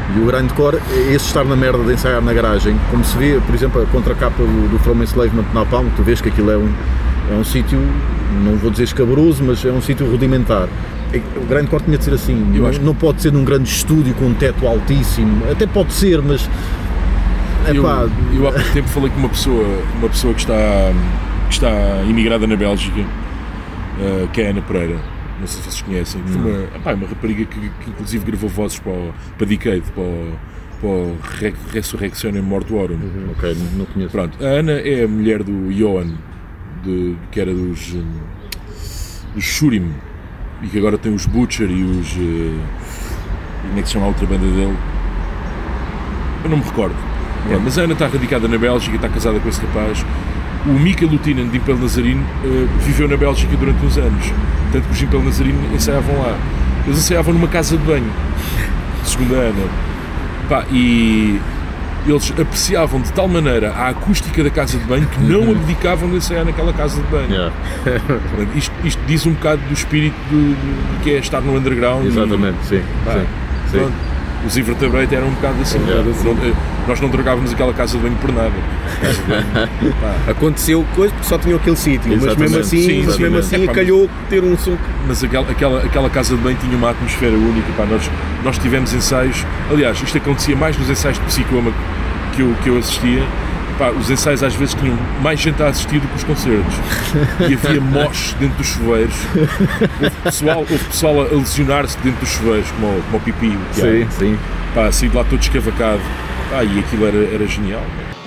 E o grindcore é esse estar na merda de ensaiar na garagem, como se vê, por exemplo, a contracapa do, do From Enslavement na Napalm, tu vês que aquilo é um, é um sítio, não vou dizer escabroso, mas é um sítio rudimentar. O grindcore tinha de ser assim, não, acho... não pode ser num grande estúdio com um teto altíssimo, até pode ser, mas... Eu, eu há pouco tempo falei com uma pessoa, uma pessoa que está, que está imigrada na Bélgica, uh, que é a Ana Pereira, não sei se vocês conhecem, que foi uma, epá, uma rapariga que, que inclusive gravou vozes para, o, para Decade, para o, para o Re, Resurrection Mortuorum. Uhum. Ok, não conheço. Pronto, a Ana é a mulher do Johan, de, que era dos, dos Shurim, e que agora tem os Butcher e os... Uh, como é que se chama a outra banda dele? Eu não me recordo. Pronto, mas a Ana está radicada na Bélgica, está casada com esse rapaz. O Mika Lutinen de Impel Nazarene uh, viveu na Bélgica durante uns anos, tanto que os Impel Nazarene ensaiavam lá. Eles ensaiavam numa casa de banho, segundo a Ana. Pá, e eles apreciavam de tal maneira a acústica da casa de banho que não abdicavam de ensaiar naquela casa de banho. Yeah. Isto, isto diz um bocado do espírito do, do que é estar no underground. Exatamente, e, sim, pá, sim, sim. Pronto, os Invertebrate eram um bocado assim. Yeah. Não, nós não drogávamos aquela casa de banho por nada. Aconteceu coisa porque só tinham aquele sítio, mas mesmo assim, sim, mas mesmo assim é, pá, calhou ter um som. Mas aquela, aquela, aquela casa de banho tinha uma atmosfera única. Pá, nós, nós tivemos ensaios, aliás, isto acontecia mais nos ensaios de Psicoma que eu, que eu assistia. Pá, os ensaios às vezes tinham mais gente a assistir do que os concertos e havia moches dentro dos chuveiros, houve pessoal, houve pessoal a lesionar-se dentro dos chuveiros, como o, como o Pipi, o Sim, sim. Pá, assim de lá todo escavacado. Pá, e aquilo era, era genial.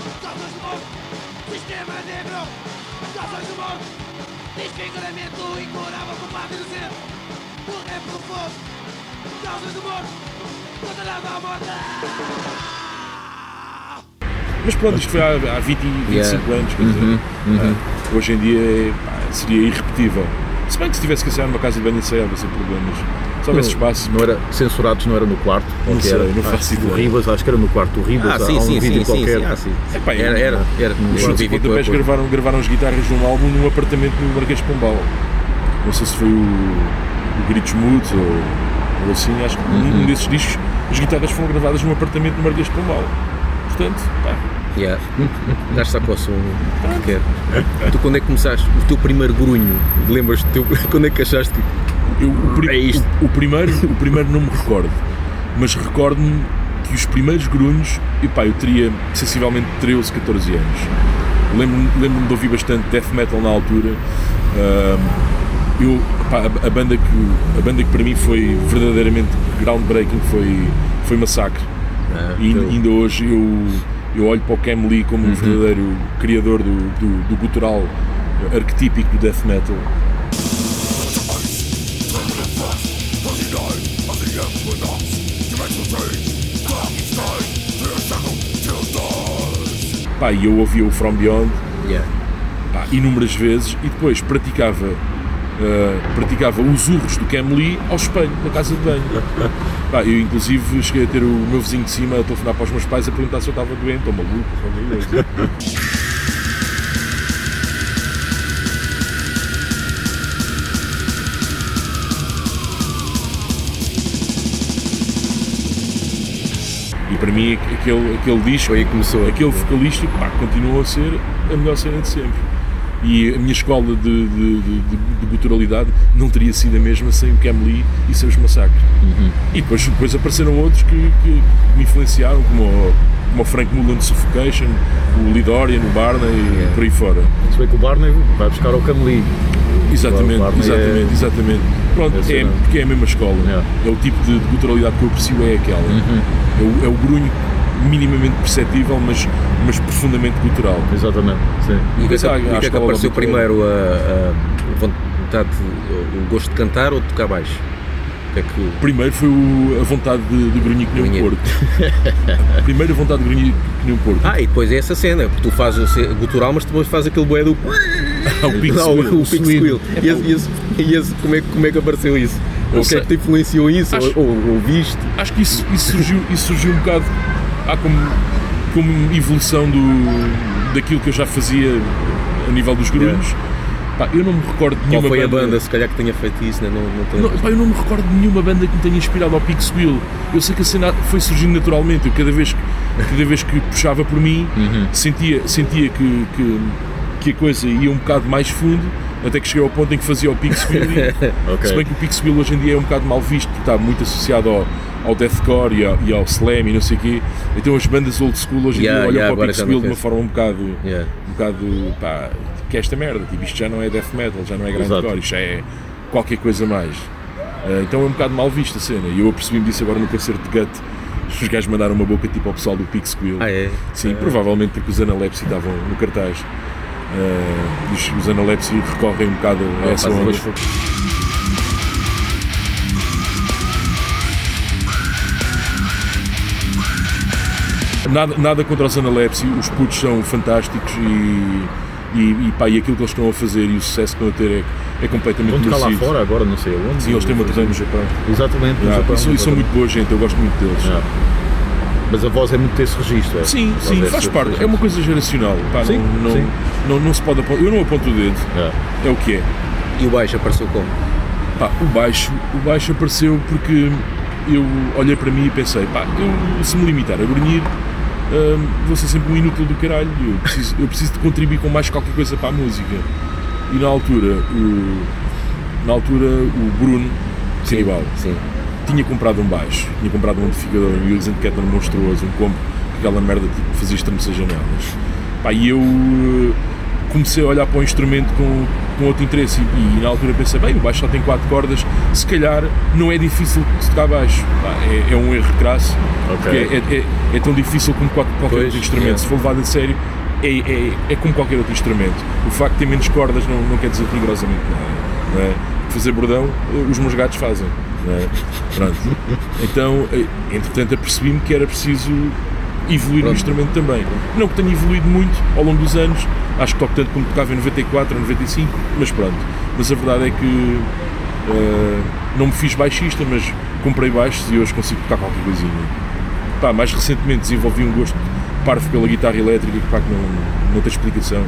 Mas pronto, isto foi há, há vinte, vinte e cinco yeah. anos, quer dizer, uhum, uhum. Ah, hoje em dia pá, seria irrepetível. Se bem que se tivesse que ensaiar numa casa de banho ensaiava sem problemas, se houvesse espaço. Não era, censurados não era no quarto? Não sei, era? não faço ideia. O Ribas, acho que era no quarto do Ribas, ah, sim, há um sim, vídeo sim, qualquer. Sim, sim, ah, sim. É, pá, era, era, era. Os Chutes e Pontapés gravaram, gravaram as guitarras de um álbum num apartamento no Marquês de Pombal. Não sei se foi o, o Gritos Mudos ou, ou assim, acho que uhum. um desses discos as guitarras foram gravadas num apartamento no Marquês de Pombal. Portanto, pá. Yeah. Já está com o som que quer. Tu quando é que começaste o teu primeiro grunho? Lembras-te teu, quando é que achaste que eu, o, pri- é isto? O, o, primeiro, o primeiro não me recordo, mas recordo-me que os primeiros grunhos, e pá, eu teria sensivelmente treze, catorze anos. Lembro-me, lembro-me de ouvir bastante death metal na altura. Uh, eu, pá, a, a, banda que, a banda que para mim foi verdadeiramente groundbreaking foi, foi Massacre. Ah, e então... ainda hoje eu Eu olho para o Cam Lee como um uhum. verdadeiro criador do, do, do gutural arquetípico do death metal. Pá, e eu ouvia o From Beyond yeah. pá, inúmeras vezes e depois praticava Uh, praticava os urros do Cam Lee ao espelho, na casa de banho. Pá, eu inclusive cheguei a ter o meu vizinho de cima a telefonar para os meus pais a perguntar se eu estava doente ou maluco ou e para mim aquele, aquele disco, aí começou. Aquele vocalístico, pá, continuou a ser a melhor cena de sempre. E a minha escola de, de, de, de, de guturalidade não teria sido a mesma sem o Cam Lee e sem os Massacres. Uhum. E depois, depois apareceram outros que, que me influenciaram, como o, como o Frank Mullen de Suffocation, o Lee Dorian, o Barney e yeah. por aí fora. Se bem que o Barney vai buscar o Cam Lee. Exatamente, exatamente, é... exatamente. Pronto, é, é porque é a mesma escola. Yeah. É o tipo de, de guturalidade que eu aprecio, é aquela. Uhum. É, o, é o grunho minimamente perceptível, mas, mas profundamente gutural. Exatamente, sim. E o que é que, que, que, que apareceu primeiro, a, a vontade, o gosto de cantar ou de tocar baixo? Que é que... Primeiro foi o, a vontade de, de grunhir que nem um porco. Primeiro a vontade de grunhir que nem um porco. Ah, e depois é essa cena, porque tu fazes o gutural, mas depois fazes aquele bué do... Ah, o Pink Squeal. O Pink Squeal. E, esse, e, esse, e esse, como, é, como é que apareceu isso? Ou o que é que te influenciou isso? Acho, ou, ou, ou viste? Acho que isso, isso, surgiu, isso surgiu um bocado... Há como, como evolução do, daquilo que eu já fazia a nível dos grunhos, yeah. Pá, eu não me recordo de Qual nenhuma foi banda... a banda, se calhar, que tenha feito isso, né? não, não, tenho... não, pá, eu não me recordo de nenhuma banda que me tenha inspirado ao Pixwheel. Eu sei que a cena foi surgindo naturalmente. Eu cada vez que, cada vez que puxava por mim, uhum. sentia, sentia que, que, que a coisa ia um bocado mais fundo, até que cheguei ao ponto em que fazia o Pixwheel. Okay. Se bem que o Pixwheel hoje em dia é um bocado mal visto, porque está muito associado ao, ao deathcore e ao, e ao slam e não sei o quê. Então as bandas old school hoje em yeah, dia olham yeah, para o Pixwheel de uma forma um bocado, yeah. um bocado, pá, que é esta merda, tipo, isto já não é death metal, já não é grindcore, isto é qualquer coisa mais. Uh, então é um bocado mal vista a cena, e eu apercebi-me disso agora no concerto de Gut. Os gajos mandaram uma boca tipo ao pessoal do Pixwheel. Ah, é? Sim, é. provavelmente porque os Analepsy estavam no cartaz. Uh, os, os Analepsy recorrem um bocado a essa onda. Nada, nada contra os Analepsy, os putos são fantásticos e, e, e, pá, e aquilo que eles estão a fazer e o sucesso que estão a ter é, é completamente merecido. Vão merecido. cá lá fora agora, não sei aonde. Sim, eles têm uma turnê no Japão. Exatamente, no yeah, Japão. E são, são muito boa gente, eu gosto muito deles. Yeah. Mas a voz é muito desse registro. É? Sim, sim, faz parte, registro. É uma coisa geracional. Pá, sim, não, sim. Não, não, não se pode apontar, eu não aponto o dedo, yeah. É o que é. E o baixo apareceu como? Pá, o baixo, o baixo apareceu porque eu olhei para mim e pensei, pá, eu, se me limitar a grunhir, hum, vou ser sempre um inútil do caralho, eu preciso, eu preciso de contribuir com mais qualquer coisa para a música. E na altura, o, na altura, o Bruno, Canibal, sim, sim. tinha comprado um baixo, tinha comprado um amplificador, um Wilson Kettler monstruoso, um combo, aquela merda tipo que fazia estremecer janelas. Pá, e eu comecei a olhar para o instrumento com, com outro interesse e, e na altura pensei, bem, o baixo só tem quatro cordas, se calhar não é difícil de tocar baixo. Pá, é, é um erro crasso, okay. Porque é, é, é tão difícil como qualquer pois, outro instrumento, é. Se for levado a sério, é, é, é como qualquer outro instrumento. O facto de ter menos cordas não, não quer dizer rigorosamente nada, não é? Fazer bordão, os meus gatos fazem. É? Pronto. Então, entretanto, apercebi-me que era preciso evoluir Pronto. O instrumento também. Não que tenha evoluído muito ao longo dos anos, acho que toco tanto como tocava em noventa e quatro ou noventa e cinco, mas pronto. Mas a verdade é que uh, não me fiz baixista, mas comprei baixos e hoje consigo tocar qualquer coisinha. Pá, mais recentemente desenvolvi um gosto parvo pela guitarra elétrica que, pá, que não, não tem explicação.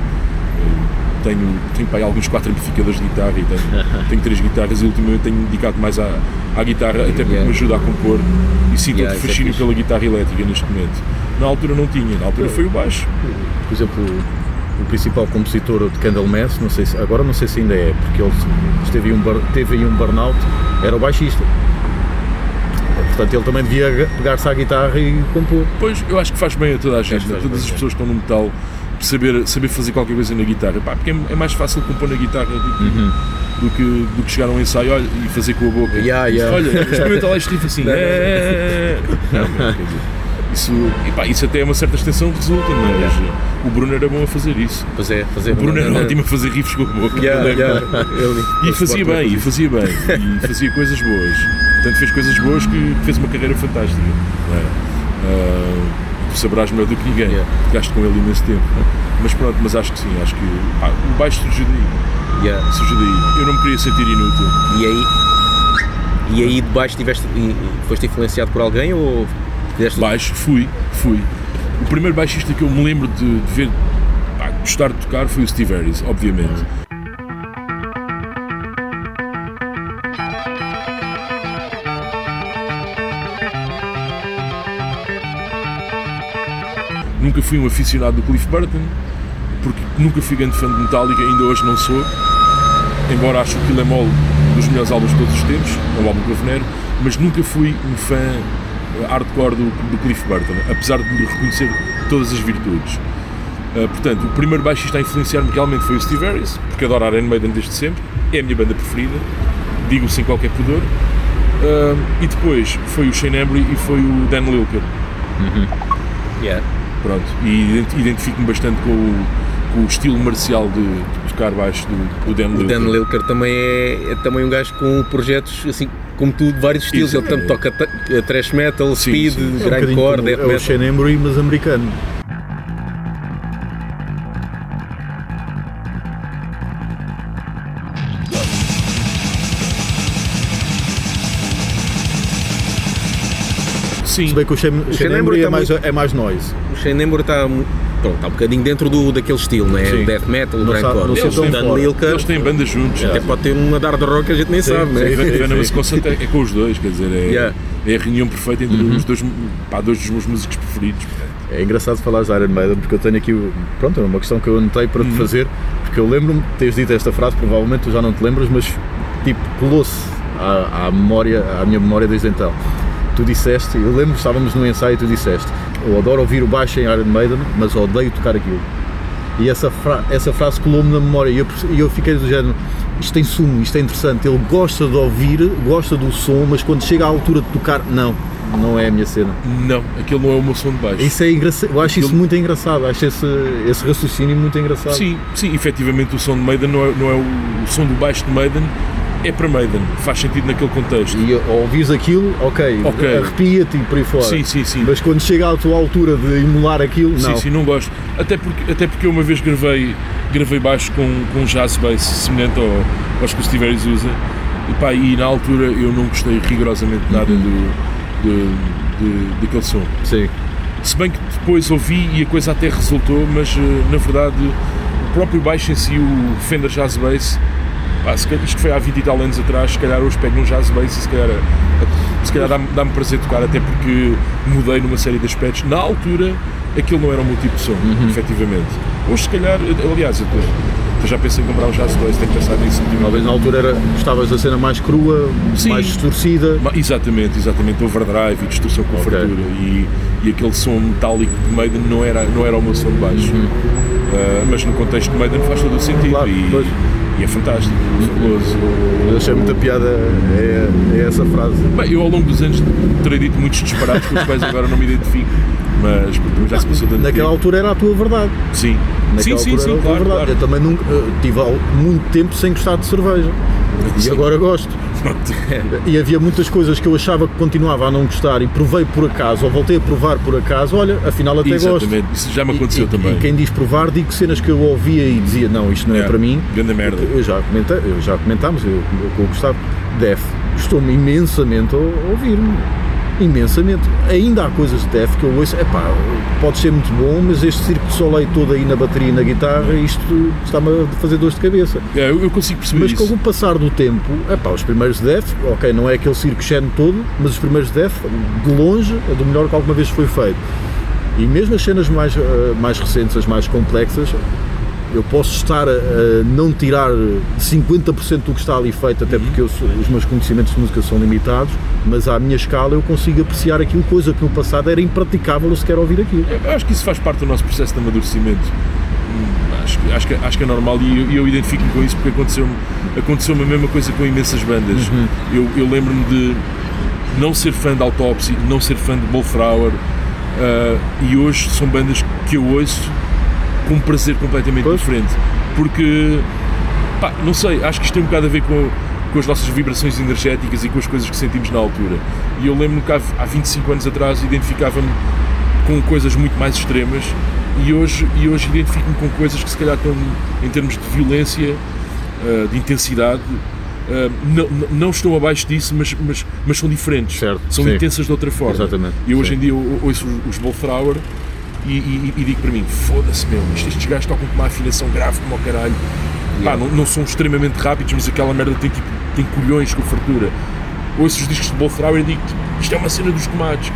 Tenho, tenho pá, alguns quatro amplificadores de guitarra e tenho, tenho três guitarras e ultimamente tenho dedicado mais à, à guitarra, até porque yeah. me ajuda a compor e sinto yeah, outro fascínio é pela guitarra elétrica neste momento. Na altura não tinha, na altura foi o baixo. Por exemplo, o principal compositor de Candlemass, não sei se, agora não sei se ainda é, porque ele esteve um, teve aí um burnout, era o baixista. Portanto, ele também devia pegar-se à guitarra e compor. Pois, eu acho que faz bem a toda a gente, a todas as pessoas que estão no metal, saber, saber fazer qualquer coisa na guitarra, pá, porque é, é mais fácil compor na guitarra do que, uhum. do que, do que chegar a um ensaio olha, e fazer com a boca. Yeah, yeah. Olha, experimenta lá este riff assim. Não, é, não, não, quer dizer, isso, e pá, isso até é uma certa extensão que resulta, mas yeah. o Bruno era bom a fazer isso. Pois é, fazer o Bruno era é. ótimo a fazer riffs com a boca. Yeah, yeah. E fazia bem, e fazia bem, e fazia coisas boas. Portanto, fez coisas boas que fez uma carreira fantástica. É. Uh, saberás melhor do que ninguém, yeah. Gasto com ele imenso tempo. Mas pronto, mas acho que sim, acho que pá, o baixo surgiu daí. Yeah. Surgiu daí. Eu não me queria sentir inútil. E aí, e aí de baixo tiveste, foste influenciado por alguém ou fizeste... Baixo, fui, fui. O primeiro baixista que eu me lembro de, de ver, pá, gostar de tocar foi o Steve Harris, obviamente. Uhum. Nunca fui um aficionado do Cliff Burton, porque nunca fui grande fã de Metallica, ainda hoje não sou, embora acho que o Kill Em All dos melhores álbuns de todos os tempos, é um álbum que eu venero, mas nunca fui um fã hardcore do, do Cliff Burton, apesar de lhe reconhecer todas as virtudes. Uh, portanto, o primeiro baixista a influenciar-me realmente foi o Steve Harris, porque adoro Iron Maiden desde sempre, é a minha banda preferida, digo sem qualquer pudor, uh, e depois foi o Shane Embry e foi o Dan Lilker. Uhum. Yeah. Pronto, e identifico-me bastante com o, com o estilo marcial de, de tocar baixo do, do Dan Lilker. O Dan Lilker também é, é também um gajo com projetos, assim, como tu, de vários estilos. Isso, ele é. Também toca t- thrash metal, sim, speed, grindcore, death metal. É o Shane Embry, mas americano. Sim. Se bem que o Shane, o Shane Embry é, tá mais, muito, é mais noise. O Shane Embry está pronto, está um bocadinho dentro do, daquele estilo, né? Sim. Death metal, Não sabe- grindcore. não sei Eles, tão o Dan fora. Lilker Eles têm bandas juntos. até pode ter um andar de rock que a gente nem sabe, né? E sim, Venom sim. esse conceito é, é com os dois, quer dizer, é, Yeah. é a reunião perfeita entre os dois, pá, dois dos meus músicos preferidos. É engraçado falar de Iron Maiden porque eu tenho aqui, o- pronto, é uma questão que eu anotei para te fazer, porque eu lembro-me de teres dito esta frase, provavelmente tu já não te lembras, mas tipo, colou-se à, à memória, à minha memória desde então. Tu disseste, eu lembro, estávamos num ensaio e tu disseste, eu adoro ouvir o baixo em Iron Maiden, mas odeio tocar aquilo. E essa, fra essa frase colou-me na memória e eu, e eu fiquei do género, isto tem sumo, isto é interessante, ele gosta de ouvir, gosta do som, mas quando chega à altura de tocar, não, não é a minha cena. Não, aquele não é o meu som de baixo. Isso é engraçado, eu acho isso Aquilo- muito engraçado, acho esse, esse raciocínio muito engraçado. Sim, sim, efetivamente o som de Maiden não é, não é o, o som do baixo de Maiden, é para Maiden, faz sentido naquele contexto. E ao ouvires aquilo, ok, Ok. arrepia-te e por aí fora. Sim, sim, sim. Mas quando chega à tua altura de emular aquilo, não. Sim, sim, não gosto. Até porque, até porque eu uma vez gravei, gravei baixo com, com um jazz bass semelhante ao, aos que o Steve Harris usa e, pá, e na altura eu não gostei rigorosamente nada do, do, de, daquele som. Sim. Se bem que depois ouvi e a coisa até resultou, mas eh, na verdade o próprio baixo em si, o Fender Jazz Bass, pá, se calhar, isto foi há vinte e tal anos atrás, se calhar hoje pego num Jazz Bass e se calhar, se calhar dá-me, dá-me prazer tocar, até porque mudei numa série de aspectos. Na altura aquilo não era o meu tipo de som, Uhum. efetivamente. Hoje se calhar, aliás, eu, depois, eu já pensei em comprar um Jazz Bass, tenho que pensar nisso. Talvez na altura era, gostavas da cena mais crua, Sim. mais distorcida. Ma- Exatamente, exatamente, overdrive e distorção com Ok. fartura e, e aquele som metálico de Maiden não era, não era o meu som de baixo. Uh, mas no contexto de Maiden faz todo o sentido Claro, e, pois. e é fantástico, fabuloso. Eu achei muita piada é, é essa frase. Bem, eu ao longo dos anos terei dito muitos disparados com os quais agora não me identifico, mas porque também já se passou tanto Naquela tempo. altura era a tua verdade. Sim, Naquela sim, sim, altura sim, era a tua claro, verdade. claro. Eu também nunca, eh, tive al- muito tempo sem gostar de cerveja. E Sim. agora gosto. Pronto. E havia muitas coisas que eu achava que continuava a não gostar e provei por acaso, ou voltei a provar por acaso, olha, afinal até gosto. Exatamente, isso já me aconteceu e, e, também. E quem diz provar, digo cenas que eu ouvia e dizia, não, isto não é, É, para mim. grande merda. Eu já, comentei, eu já comentámos, eu, eu, eu gostava. Death, estou-me imensamente a ouvir-me. Imensamente. Ainda há coisas de Death que eu ouço, epá, pode ser muito bom, mas este circo de soleil todo aí na bateria e na guitarra, isto está-me a fazer dores de cabeça. É, eu, eu consigo perceber Mas isso. com o passar do tempo, epá, os primeiros Death, ok, não é aquele circo chano todo, mas os primeiros Death, de longe, é do melhor que alguma vez foi feito. E mesmo as cenas mais, uh, mais recentes, as mais complexas, eu posso estar a, a não tirar cinquenta por cento do que está ali feito, até porque eu sou- os meus conhecimentos de música são limitados, mas à minha escala eu consigo apreciar aquilo, coisa que no passado era impraticável eu sequer ouvir aquilo. Eu acho que isso faz parte do nosso processo de amadurecimento. Hum, Acho, que- acho, que, acho que é normal e eu, eu identifico-me com isso porque aconteceu-me aconteceu a mesma coisa com imensas bandas. Eu, eu lembro-me de não ser fã de Autopsy, não ser fã de Bullflower uh, e hoje são bandas que eu ouço com um prazer completamente Pois. diferente. Porque, pá, não sei, acho que isto tem um bocado a ver com, com as nossas vibrações energéticas e com as coisas que sentimos na altura. E eu lembro-me que há, há vinte e cinco anos atrás identificava-me com coisas muito mais extremas e hoje, e hoje identifico-me com coisas que se calhar estão em termos de violência, uh, de intensidade, uh, não, não estão abaixo disso, mas, mas, mas são diferentes, Certo, são sim. intensas de outra forma. Exatamente, E hoje sim. em dia eu ouço os Bullflower e, e, e digo para mim, foda-se meu, isto- estes gajos tocam com uma afinação grave como ao caralho. Pá, não, não são extremamente rápidos, mas aquela merda tem, tipo, tem colhões com fartura. Ouço os discos de Bullflower e digo, isto é uma cena dos tomates.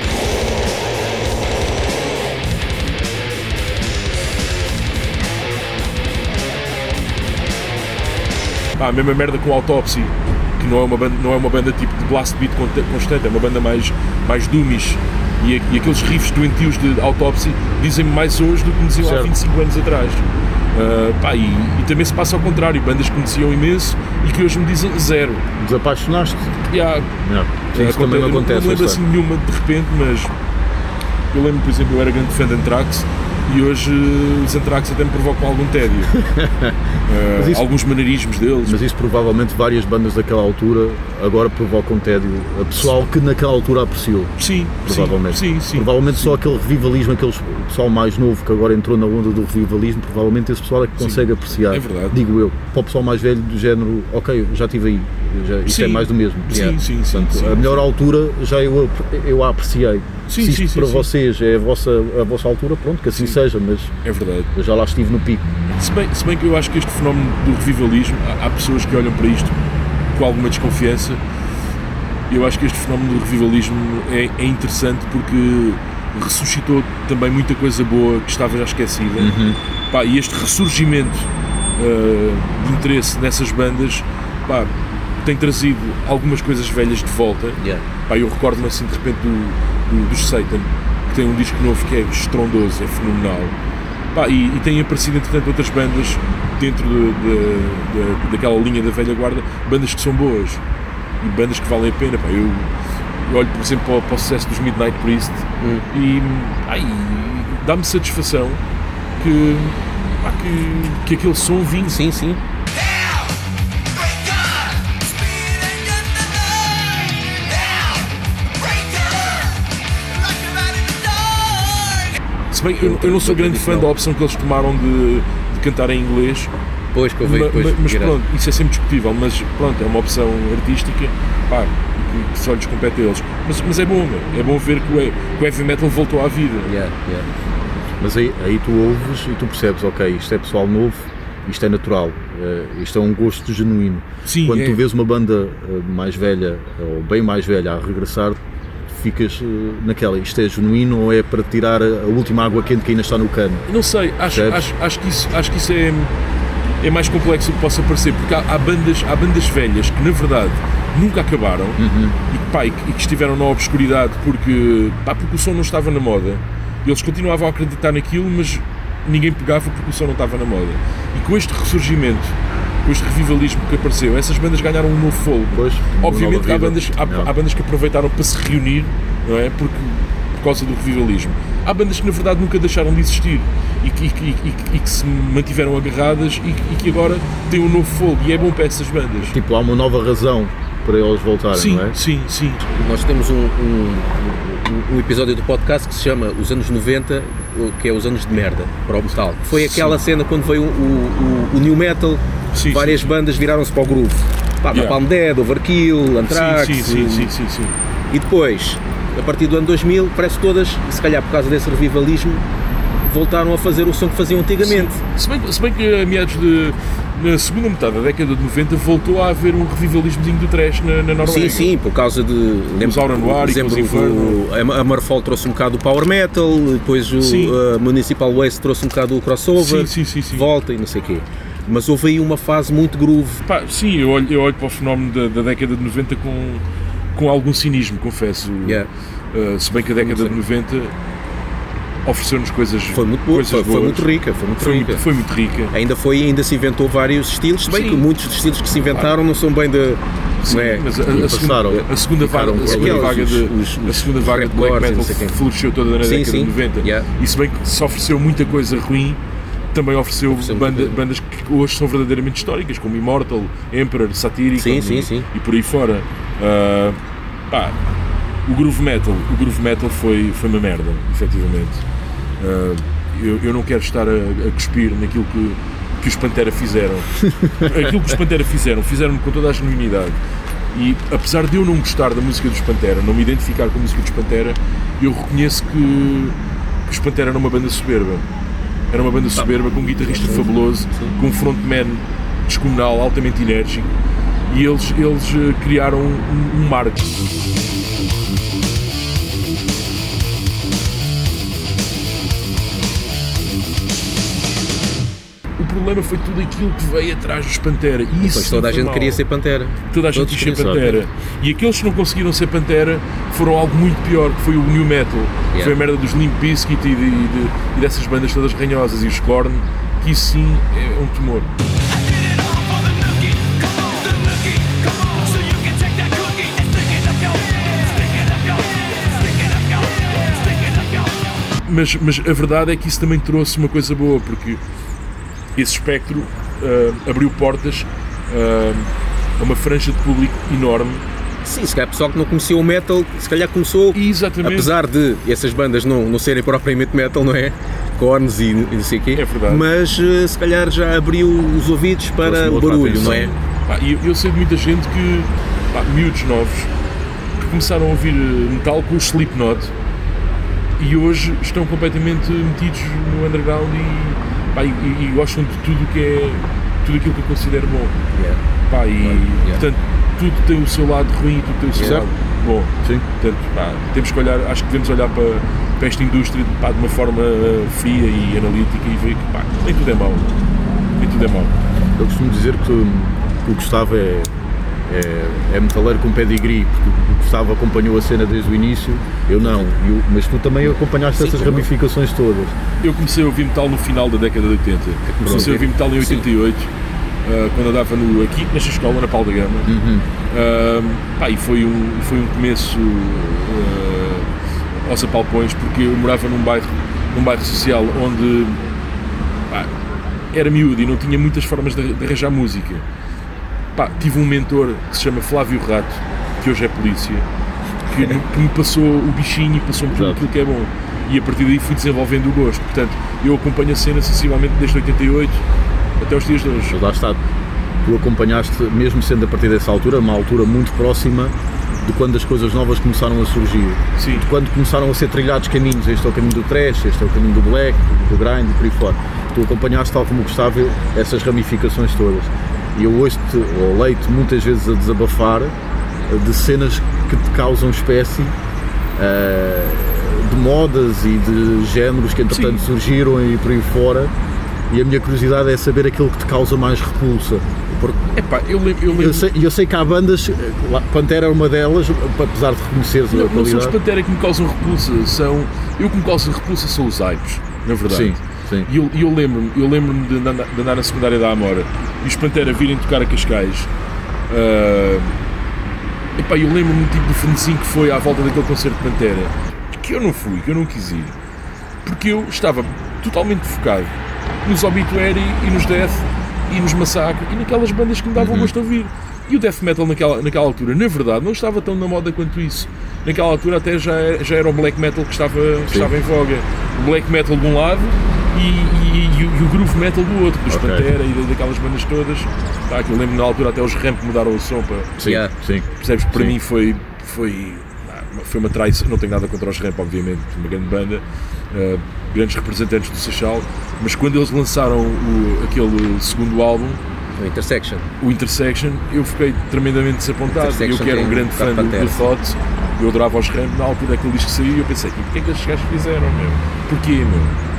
Pá, a mesma merda com Autopsy, que não é uma banda, não é uma banda tipo de blast beat conte- constante, é uma banda mais, mais doomish. E, e aqueles riffs doentios de Autopsy dizem-me mais hoje do que me diziam há Certo. vinte e cinco anos atrás. Uh, pá, e, e também se passa ao contrário, bandas que conheciam imenso e que hoje me dizem zero. Desapaixonaste? Yeah, Não. Sim, isso também me eu não- acontece. Não me lembro assim bastante. nenhuma de repente, mas eu lembro, por exemplo, eu era grande fã de Anthrax e hoje uh, os Anthrax até me provocam algum tédio. uh, isso, alguns maneirismos deles. Mas isso provavelmente várias bandas daquela altura agora provocam tédio a pessoal que naquela altura apreciou. Sim, provavelmente. Sim, sim, provavelmente sim. Só aquele revivalismo, aquele pessoal mais novo que agora entrou na onda do revivalismo, provavelmente esse pessoal é que consegue sim, apreciar. É verdade. Digo eu, para o pessoal mais velho do género, ok, já estive aí, já, isto sim, é mais do mesmo. Sim, yeah. sim, Portanto, sim, a melhor sim. altura já eu, eu a apreciei. Sim, Se isto sim, sim, para sim. vocês é a vossa, a vossa altura, pronto, que assim sim. seja, mas é verdade. Eu já lá estive no pico. Se bem, se bem que eu acho que este fenómeno do revivalismo, há, há pessoas que olham para isto com alguma desconfiança. Eu acho que este fenómeno do revivalismo é, é interessante porque ressuscitou também muita coisa boa que estava já esquecida. Uhum. Pá, e este ressurgimento uh, de interesse nessas bandas, pá, tem trazido algumas coisas velhas de volta. Yeah. Pá, eu recordo-me assim de repente do, do, dos Satan, que tem um disco novo que é estrondoso, é fenomenal. Pá, e, e têm aparecido entretanto outras bandas dentro de, de, de, daquela linha da velha guarda, bandas que são boas e bandas que valem a pena. Pá, eu, eu olho por exemplo para o, para o sucesso dos Midnight Priest hum. e ai, dá-me satisfação que, pá, que, que aquele som vinha. Sim, sim. Se bem, eu, eu não sou grande fã da opção que eles tomaram de, de cantar em inglês. Pois, que eu vejo depois. Mas, mas pronto, isso é sempre discutível, mas pronto, é uma opção artística, pá, que, que só lhes compete a eles. Mas, mas é bom, é bom ver que o, que o heavy metal voltou à vida. Yeah, yeah. Mas aí, aí tu ouves e tu percebes, ok, isto é pessoal novo, isto é natural, uh, isto é um gosto genuíno. Sim, Quando é. tu vês uma banda uh, mais velha, ou bem mais velha, a regressar, ficas uh, naquela, isto é genuíno ou é para tirar a, a última água quente que ainda está no cano? Não sei, acho, acho, acho que isso, acho que isso é, é mais complexo do que possa parecer, porque há, há, bandas, há bandas velhas que na verdade nunca acabaram uhum. e, pá, e, que, e que estiveram na obscuridade porque, pá, porque o som não estava na moda. Eles continuavam a acreditar naquilo, mas ninguém pegava porque o som não estava na moda. E com este ressurgimimento, com este revivalismo que apareceu, essas bandas ganharam um novo fogo. Pois, obviamente que há bandas, há, há bandas que aproveitaram para se reunir, não é? Porque, por causa do revivalismo. Há bandas que na verdade nunca deixaram de existir e que, e, e, e, e que se mantiveram agarradas e, e que agora têm um novo fogo e é bom para essas bandas. Tipo, há uma nova razão para eles voltarem, sim, não é? Sim, sim. Nós temos um, um, um episódio do podcast que se chama Os anos noventa, que é os anos de merda para o metal. Foi aquela sim. cena quando veio o, o, o new metal, sim, várias sim. bandas viraram-se para o groove. Pá, yeah. Napalm Dead, Overkill, Anthrax. Sim, sim, sim, sim, sim. E depois, a partir do ano dois mil, parece que todas, se calhar por causa desse revivalismo, voltaram a fazer o som que faziam antigamente. Se bem, se bem que a meados de, na segunda metade da década de noventa voltou a haver um revivalismozinho do thrash na, na Noruega. Sim, sim, por causa de... Os Aura Noir e os Inferno. A Marfol trouxe um bocado o Power Metal, depois o a Municipal Waste trouxe um bocado o crossover, sim, sim, sim, sim. volta e não sei o quê. Mas houve aí uma fase muito groove. Pá, sim, eu olho, eu olho para o fenómeno da, da década de noventa com, com algum cinismo, confesso. Yeah. Uh, se bem que a década de noventa ofereceu-nos coisas, foi muito boa, coisas foi, boas. Foi muito rica, foi muito foi rica. Muito, foi muito rica. Ainda foi, ainda se inventou vários estilos, se bem sim. que muitos dos estilos que se inventaram claro. não são bem de... Sim, não é? mas a, a, segunda, a segunda vaga, a segunda vaga de, os, os, a segunda vaga de black metal floresceu toda na sim, década sim. de noventa. Yeah. E se bem que se ofereceu muita coisa ruim, também ofereceu, ofereceu banda, bandas que hoje são verdadeiramente históricas, como Immortal, Emperor, Satiric sim, e, sim, sim. e por aí fora. Uh, pá, o groove metal, o groove metal foi, foi uma merda, efetivamente. Uh, eu, eu não quero estar a, a cuspir naquilo que, que os Pantera fizeram. Aquilo que os Pantera fizeram, fizeram com toda a genuinidade. E apesar de eu não gostar da música dos Pantera, não me identificar com a música dos Pantera, eu reconheço que, que os Pantera eram uma banda soberba. Era uma banda soberba, com um guitarrista fabuloso, com um frontman descomunal, altamente enérgico, e eles, eles criaram um, um marco. O problema foi tudo aquilo que veio atrás dos Pantera. E isso pois toda a gente mal. queria ser Pantera. Toda a gente queria ser Pantera. E aqueles que não conseguiram ser Pantera foram algo muito pior, que foi o New Metal. Yeah. Foi a merda dos Limp Bizkit e, de, de, e dessas bandas todas ranhosas, e os Korn, que isso sim é um tumor. Mas, mas a verdade é que isso também trouxe uma coisa boa, porque esse espectro uh, abriu portas uh, a uma franja de público enorme. Sim, se calhar pessoal que não conhecia o metal, se calhar começou, Exatamente. apesar de essas bandas não, não serem propriamente metal, não é? Korns e, e não sei o quê, é verdade. Mas uh, se calhar já abriu os ouvidos para o barulho, não é? Pá, eu, eu sei de muita gente que, pá, miúdos novos, que começaram a ouvir metal com o Slipknot e hoje estão completamente metidos no underground e, pá, e, e gostam de tudo que é, tudo aquilo que eu considero bom. Yeah. Pá, e, yeah. portanto, tudo tem o seu lado ruim e tudo tem o seu Yeah. lado bom. Sim. Portanto, pá, temos que olhar, acho que devemos olhar para, para esta indústria, pá, de uma forma fria e analítica e ver que, pá, nem tudo é mau. Nem tudo é mau. Eu costumo dizer que, que o Gustavo é, é, é metaleiro com pedigree, porque o Gustavo acompanhou a cena desde o início, eu não, eu, mas tu também acompanhaste Sim, essas claro. ramificações todas. Eu comecei a ouvir metal no final da década de oitenta. Comecei a ouvir metal em oitenta e oito, uh, quando andava no, aqui nesta escola, na Pau da Gama. Uhum. Uh, pá, e foi um, foi um começo uh, aos apalpões, porque eu morava num bairro, num bairro social onde, pá, era miúdo e não tinha muitas formas de, de arranjar música. Pá, tive um mentor que se chama Flávio Rato, que hoje é polícia, que, que me passou o bichinho e passou-me tudo aquilo que é bom. E a partir daí fui desenvolvendo o gosto. Portanto, eu acompanho a cena sensivelmente desde oitenta e oito até os dias de hoje. Mas lá está, tu acompanhaste, mesmo sendo a partir dessa altura, uma altura muito próxima de quando as coisas novas começaram a surgir. Sim. De quando começaram a ser trilhados caminhos, este é o caminho do thrash, este é o caminho do black, do grind e por aí fora. Tu acompanhaste, tal como o Gustavo, essas ramificações todas. E eu ouço-te, ou leio-te muitas vezes a desabafar de cenas que te causam espécie, uh, de modas e de géneros que entretanto Sim. surgiram e por aí fora. E a minha curiosidade é saber aquilo que te causa mais repulsa. Porque Epá, eu lembro, eu, lembro... eu, sei, eu sei que há bandas, Pantera é uma delas, apesar de reconheceres não, a qualidade. Não são os Pantera que me causam repulsa, são... Eu que me causam repulsa são os hypes, na verdade. Sim, sim. E eu, eu lembro-me eu lembro-me de, andar, de andar na secundária da Amora e os Pantera virem tocar a Cascais. Uh... Epá, eu lembro-me tipo do frenesim que foi à volta daquele concerto de Pantera, que eu não fui, que eu não quis ir, porque eu estava totalmente focado nos Obituary e nos Death e nos Massacre e naquelas bandas que me davam uhum. gosto de ouvir. E o Death Metal naquela, naquela altura, na verdade, não estava tão na moda quanto isso. Naquela altura até já era, já era o Black Metal que estava, que estava em voga. O Black Metal de um lado e, e, e, e o Groove Metal do outro, dos okay. Pantera e daquelas bandas todas. Tá, que eu lembro na altura até os Ramp mudaram o som para... Sim, yeah. sim. Percebes? Para sim. mim foi... foi Foi uma traição, não tenho nada contra os Ramp, obviamente, uma grande banda, uh, grandes representantes do Seixal, mas quando eles lançaram o, aquele segundo álbum, o Intersection, o Intersection, eu fiquei tremendamente desapontado. Eu que era um grande fã do, do Thought, eu adorava os Ramp, na altura daquele disco que saiu, eu pensei, porquê é que estes gajos fizeram, meu? Porquê, meu?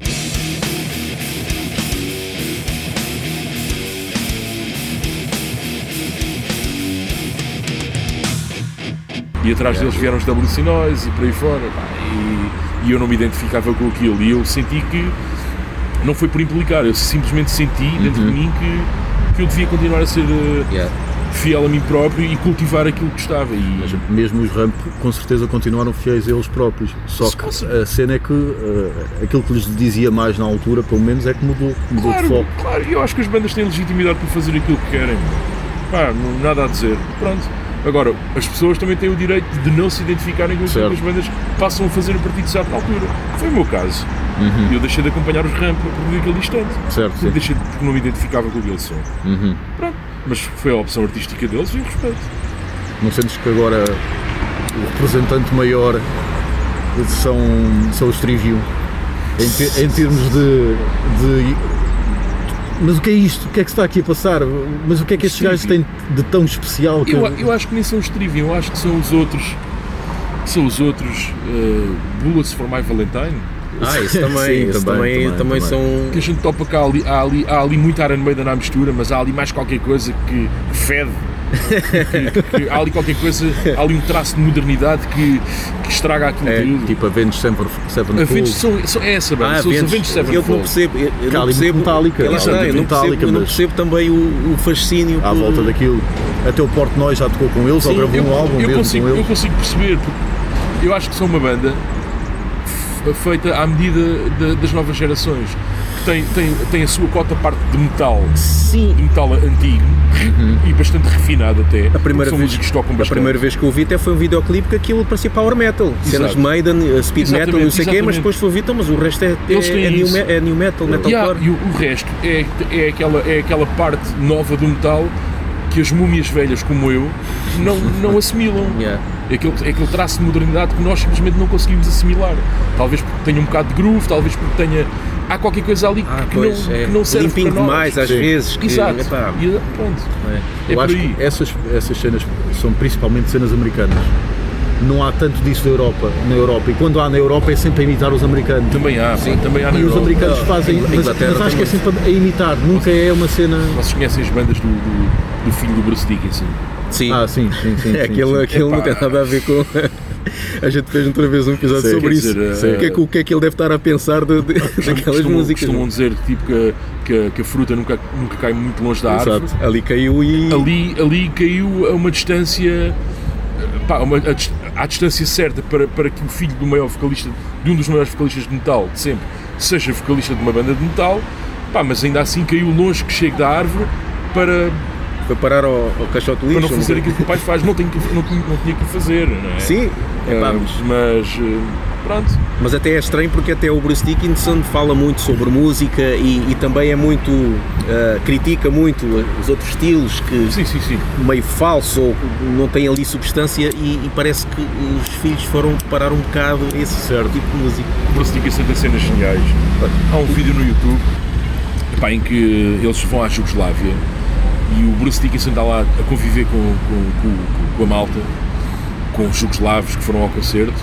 E atrás deles vieram os W C Noise e por aí fora, pá, e, e eu não me identificava com aquilo, e eu senti que não foi por implicar, eu simplesmente senti dentro uhum. de mim que, que eu devia continuar a ser yeah. fiel a mim próprio e cultivar aquilo que gostava. E... Mas mesmo os Ramp com certeza continuaram fiéis a eles próprios, só que a cena é que uh, aquilo que lhes dizia mais na altura, pelo menos, é que mudou, mudou claro, de foco. Claro, eu acho que as bandas têm legitimidade para fazer aquilo que querem, pá, não, nada a dizer, pronto. Agora, as pessoas também têm o direito de não se identificarem com aquilo que as bandas passam a fazer a partir de certa altura. Foi o meu caso. Uhum. Eu deixei de acompanhar os Ramp a partir daquele instante. Certo, eu deixei de, porque não me identificava com aquele som. Uhum. Pronto. Mas foi a opção artística deles e eu respeito. Não sentes que agora o representante maior são, são os Trivium? Em, te, em termos de, de... Mas o que é isto? O que é que se está aqui a passar? Mas o que é que estes gajos têm de tão especial? Que... Eu, eu acho que nem são os Trivium, eu acho que são os outros. São os outros uh, Bullets for My Valentine. Ah, isso também, Sim, isso também, também, também, também são... Que a gente topa cá, há ali, há ali, há ali muito Iron Maiden na mistura, mas há ali mais qualquer coisa que fede. que, que, há ali qualquer coisa, há ali um traço de modernidade que, que estraga aquilo é, tudo. Tipo Avenged Sevenfold. Avenged são, são é essa, banda, ah, são os Avenged Sevenfold. Eu não percebo, eu, eu não percebo, Metallica, eu, não, eu, não percebo, eu não percebo também o, o fascínio à por... volta daquilo. Até o Portnoy já tocou com eles, Sim, ou gravou eu, um álbum eu mesmo consigo, com eles. Eu consigo perceber, porque eu acho que são uma banda feita à medida de, das novas gerações, tem, tem, tem a sua cota parte de metal, Sim. de metal antigo, uhum. e bastante refinado até. A primeira, são vez, músicos que tocam bastante. A primeira vez que eu ouvi até foi um videoclipe que aquilo parecia power metal. Exato. Cenas de Maiden, speed exatamente, metal, não sei o quê, mas depois foi ouvido, então, mas o resto é, é, é, new, é new metal, metalcore. Yeah, e o, o resto é, é, aquela, é aquela parte nova do metal que as múmias velhas como eu não, não assimilam. Yeah. É aquele, é aquele traço de modernidade que nós simplesmente não conseguimos assimilar. Talvez porque tenha um bocado de groove, talvez porque tenha... Há qualquer coisa ali ah, que, pois, não, é. que não serve limpinho para nós. demais às Sim. vezes. Que, Exato. Epá. E, pronto. É. É Eu acho aí. que essas, essas cenas são principalmente cenas americanas. Não há tanto disso na Europa, na Europa. E quando há na Europa é sempre a imitar os americanos. Também há, sim, também há na E Europa. os americanos fazem, mas, mas acho que é sempre a imitar, nunca é uma cena... Vocês conhecem as bandas do, do, do filho do Bruce Dickinson? Sim. Ah, sim, sim, sim. É, aquele sim. aquele não tem nada a ver com... A gente fez outra vez um episódio sim, sobre isso. Dizer, o, que é que, o que é que ele deve estar a pensar de, de, daquelas costumam, músicas? Costumam dizer tipo, que, que, que a fruta nunca, nunca cai muito longe da árvore. Exato. Ali caiu e... Ali, ali caiu a uma distância... Pá, uma, a, à distância certa para, para que o filho do maior vocalista, de um dos maiores vocalistas de metal de sempre, seja vocalista de uma banda de metal, pá, mas ainda assim caiu longe que chegue da árvore para... Para parar ao, ao caixote lixo. Para não fazer aquilo que o pai faz, não, tenho que, não, não tinha que fazer, não é? Sim, é, uh, mas uh, pronto. Mas até é estranho porque até o Bruce Dickinson fala muito sobre música e, e também é muito, uh, critica muito os outros estilos que sim, sim, sim. meio falso ou não têm ali substância e, e parece que os filhos foram parar um bocado esse certo tipo de música. O Bruce Dickinson tem cenas geniais. Há um vídeo no YouTube, pá, em que eles vão à Jugoslávia e o Bruce Dickinson está lá a conviver com, com, com, com a malta, com os jugoslavos que foram ao concerto,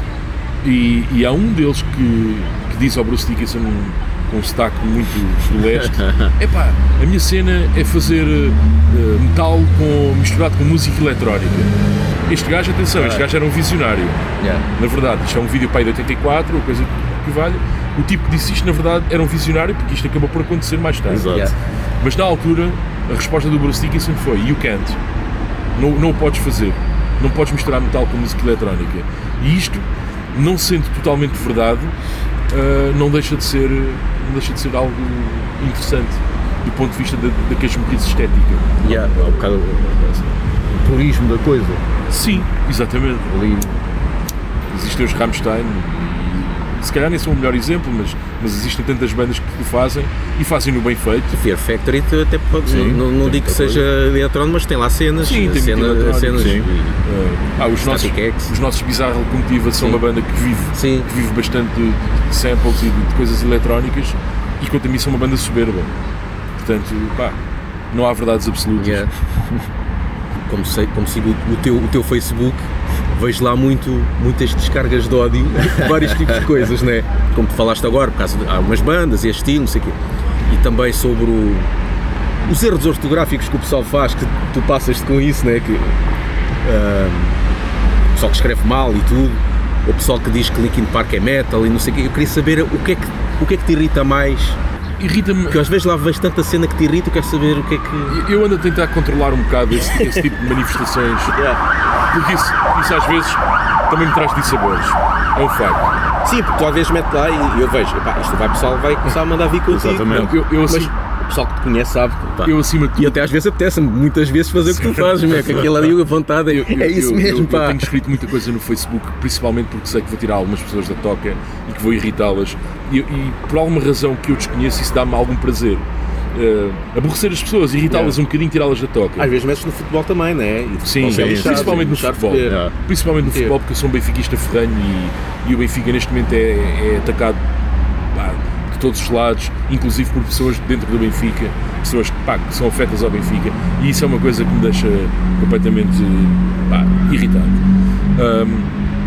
e, e há um deles que, que diz ao Bruce Dickinson com um sotaque muito do leste: epá, a minha cena é fazer uh, metal com, misturado com música eletrónica. Este gajo, atenção, este gajo era um visionário. Yeah. Na verdade, isto é um vídeo pai de oitenta e quatro, ou coisa que vale. O tipo que disse isto, na verdade, era um visionário, porque isto acabou por acontecer mais tarde. Yeah. Mas na altura, a resposta do Bruce Dickinson foi: you can't, não, não o podes fazer, não podes misturar metal com música eletrónica. E isto, não sendo totalmente verdade, uh, não, deixa de ser, não deixa de ser algo interessante do ponto de vista da, da casmurrice estética. Yeah. Há um bocado o purismo da coisa. Sim, exatamente. Ali existem os Rammstein, e se calhar nem são o melhor exemplo, mas, mas existem tantas bandas que o fazem e fazem-no bem feito. O Fear Factory até pode, sim, não, não digo que seja eletrónico, mas tem lá cenas. Sim, tem cena, cenas. Sim. Uh, ah, os, nossos, os nossos Bizarre Locomotiva são sim. uma banda que vive, sim. que vive bastante de, de samples e de, de coisas eletrónicas, e quanto a mim são uma banda soberba. Portanto, pá, não há verdades absolutas. Yeah. Como, sei, como sigo o teu, o teu Facebook, vejo lá muito, muitas descargas de ódio, vários tipos de coisas, né? Como tu falaste agora, por causa de há umas bandas e este estilo, não sei o quê. E também sobre o, os erros ortográficos que o pessoal faz, que tu passas com isso, né? Que, uh, o pessoal que escreve mal e tudo, o pessoal que diz que Linkin Park é metal e não sei o quê. Eu queria saber o que é que, o que, é que te irrita mais. Irrita-me. Porque às vezes lá vejo tanta cena que te irrita, eu quero saber o que é que... Eu ando a tentar controlar um bocado esse, esse tipo de manifestações, yeah. porque isso, isso às vezes também me traz dissabores, é um facto. Sim, porque tu às vezes metes lá e eu vejo, epá, isto vai, pessoal vai começar a mandar vir contigo. Exatamente. Eu, eu, assim, mas o pessoal que te conhece sabe. Pá. Eu acima de tudo... E até às vezes apetece-me, muitas vezes, fazer o que tu fazes, meu, que aquilo ali, a vontade, eu, eu, é isso eu, mesmo, eu, pá. Eu tenho escrito muita coisa no Facebook, principalmente porque sei que vou tirar algumas pessoas da toca e que vou irritá-las, e, e por alguma razão que eu desconheço, isso dá-me algum prazer. Uh, aborrecer as pessoas, irritá-las yeah. um bocadinho, tirá-las da toca. Às vezes metes no futebol também, não é? Sim, sim, sim, principalmente no futebol. Yeah. Principalmente no futebol, porque eu sou um benfiquista ferranho e, e o Benfica neste momento é, é atacado pá, de todos os lados, inclusive por pessoas dentro do Benfica, pessoas pá, que são afetas ao Benfica, e isso é uma coisa que me deixa completamente pá, irritado. Um,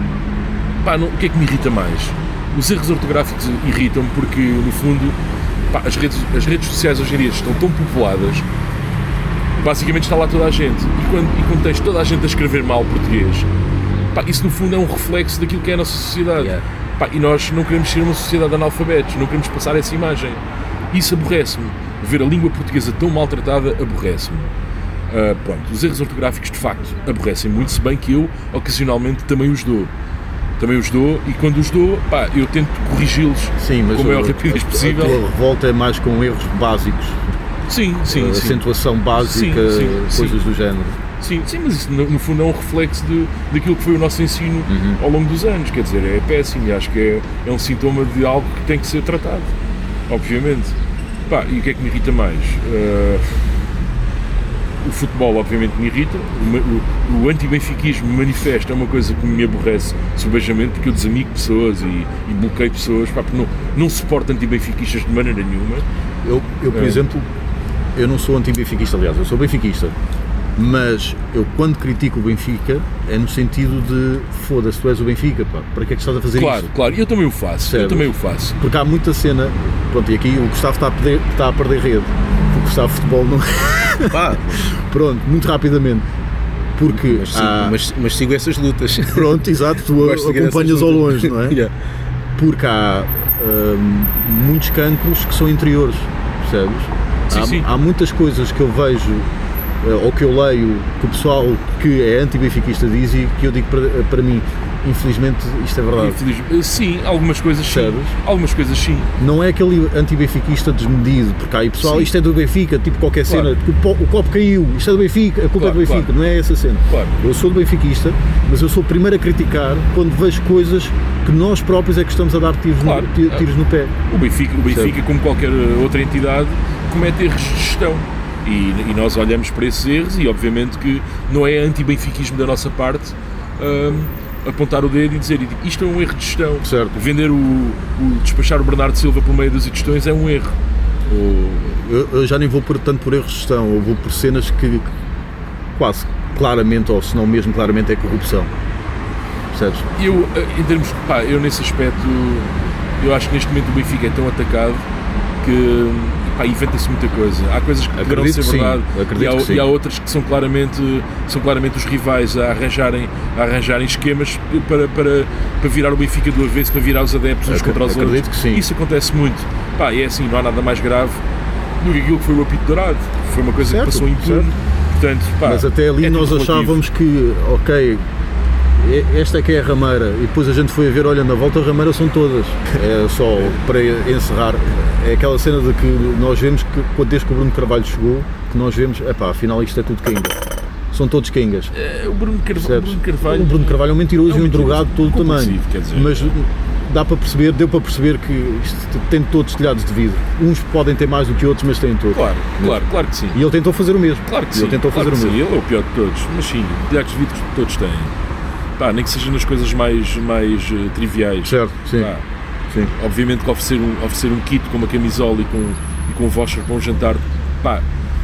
pá, não, o que é que me irrita mais? Os erros ortográficos irritam-me porque, no fundo, pá, as, redes, as redes sociais hoje em dia estão tão populadas, basicamente está lá toda a gente, e quando, e quando tens toda a gente a escrever mal português, pá, isso no fundo é um reflexo daquilo que é a nossa sociedade. Yeah. Pá, e nós não queremos ser uma sociedade de analfabetos, não queremos passar essa imagem. Isso aborrece-me. Ver a língua portuguesa tão maltratada aborrece-me. Uh, pronto, os erros ortográficos de facto aborrecem muito, se bem que eu ocasionalmente também os dou. também os dou, e quando os dou, pá, eu tento corrigi-los com a maior rapidez possível. A tua revolta é mais com erros básicos. Sim, sim, uh, sim. Acentuação básica, sim, sim, coisas sim. do género. Sim, sim, mas isso no, no fundo é um reflexo de, daquilo que foi o nosso ensino uhum. ao longo dos anos, quer dizer, é péssimo e acho que é, é um sintoma de algo que tem que ser tratado, obviamente. Pá, e o que é que me irrita mais? Uh, o futebol obviamente me irrita, o, o, o anti-benfiquismo manifesto é uma coisa que me aborrece subejamente, porque eu desamigo pessoas e, e bloqueio pessoas, pá, porque não, não suporto anti-benfiquistas de maneira nenhuma. Eu, eu por é. exemplo, eu não sou anti-benfiquista, aliás, eu sou benfiquista. Mas eu, quando critico o Benfica, é no sentido de foda-se, tu és o Benfica, pá, para que é que estás a fazer claro, isso? Claro, claro, eu também o faço, Sério? eu também o faço. Porque há muita cena, pronto, e aqui o Gustavo está a perder, está a perder rede, o Gustavo Futebol não... Pá. Pronto, muito rapidamente, porque mas, sigo, há... mas, mas sigo essas lutas. Pronto, exato, tu acompanhas ao longe, não é? yeah. Porque há hum, muitos cancros que são interiores, percebes? Sim, há, sim. há muitas coisas que eu vejo ou que eu leio, que o pessoal que é anti-benfiquista diz e que eu digo para, para mim, infelizmente isto é verdade. Infeliz... Sim, algumas coisas sim. Sabes? Algumas coisas sim. Não é aquele anti-benfiquista desmedido, porque aí pessoal, sim. isto é do Benfica, tipo qualquer claro. cena, o, o copo caiu, isto é do Benfica, a culpa claro, é do Benfica, claro. não é essa cena. Claro. Eu sou do benfiquista, mas eu sou o primeiro a criticar quando vejo coisas que nós próprios é que estamos a dar tiros, claro. no, tiros no pé. O Benfica, o Benfica como qualquer outra entidade, comete erros de gestão. E, e nós olhamos para esses erros e obviamente que não é anti-benfiquismo da nossa parte um, apontar o dedo e dizer isto é um erro de gestão. Certo. Vender o, o despachar o Bernardo Silva por meio das questões é um erro. Ou... Eu, eu já nem vou por, tanto por erros de gestão, eu vou por cenas que, que quase claramente, ou se não mesmo claramente, é corrupção. Percebes? Eu, em termos de, pá, eu nesse aspecto, eu acho que neste momento o Benfica é tão atacado que pá, inventa-se muita coisa. Há coisas que poderão ser verdade e há, e há outras que são claramente, são claramente os rivais a arranjarem, a arranjarem esquemas para, para, para virar o Benfica do avesso, para virar os adeptos uns contra os outros. Que sim. Isso acontece muito. Pá, e é assim, não há nada mais grave do que aquilo que foi o apito dourado. Foi uma coisa certo, que passou impune. Portanto, pá, mas até ali é nós achávamos que, ok, esta é que é a rameira, e depois a gente foi a ver, olha, na volta a rameira são todas. É só para encerrar, é aquela cena de que nós vemos que desde que o Bruno Carvalho chegou, que nós vemos, epá, afinal isto é tudo quenga. São todos quengas. É, o, Bruno Carvalho, o Bruno Carvalho. O Bruno Carvalho é um mentiroso e um, um drogado de todo o tamanho. Quer dizer, mas dá para perceber, deu para perceber que isto tem todos telhados de vidro. Uns podem ter mais do que outros, mas têm todos. Claro, claro, claro que sim. E ele tentou fazer o mesmo. Claro que e sim. Ele tentou claro fazer o mesmo. Sim. Ele é o pior de todos, mas sim, telhados de vidro todos têm. Pá, nem que seja nas coisas mais, mais uh, triviais. Certo, sim. Pá, sim. Obviamente que oferecer um, oferecer um kit com uma camisola e com, e com um voucher para um jantar, pá,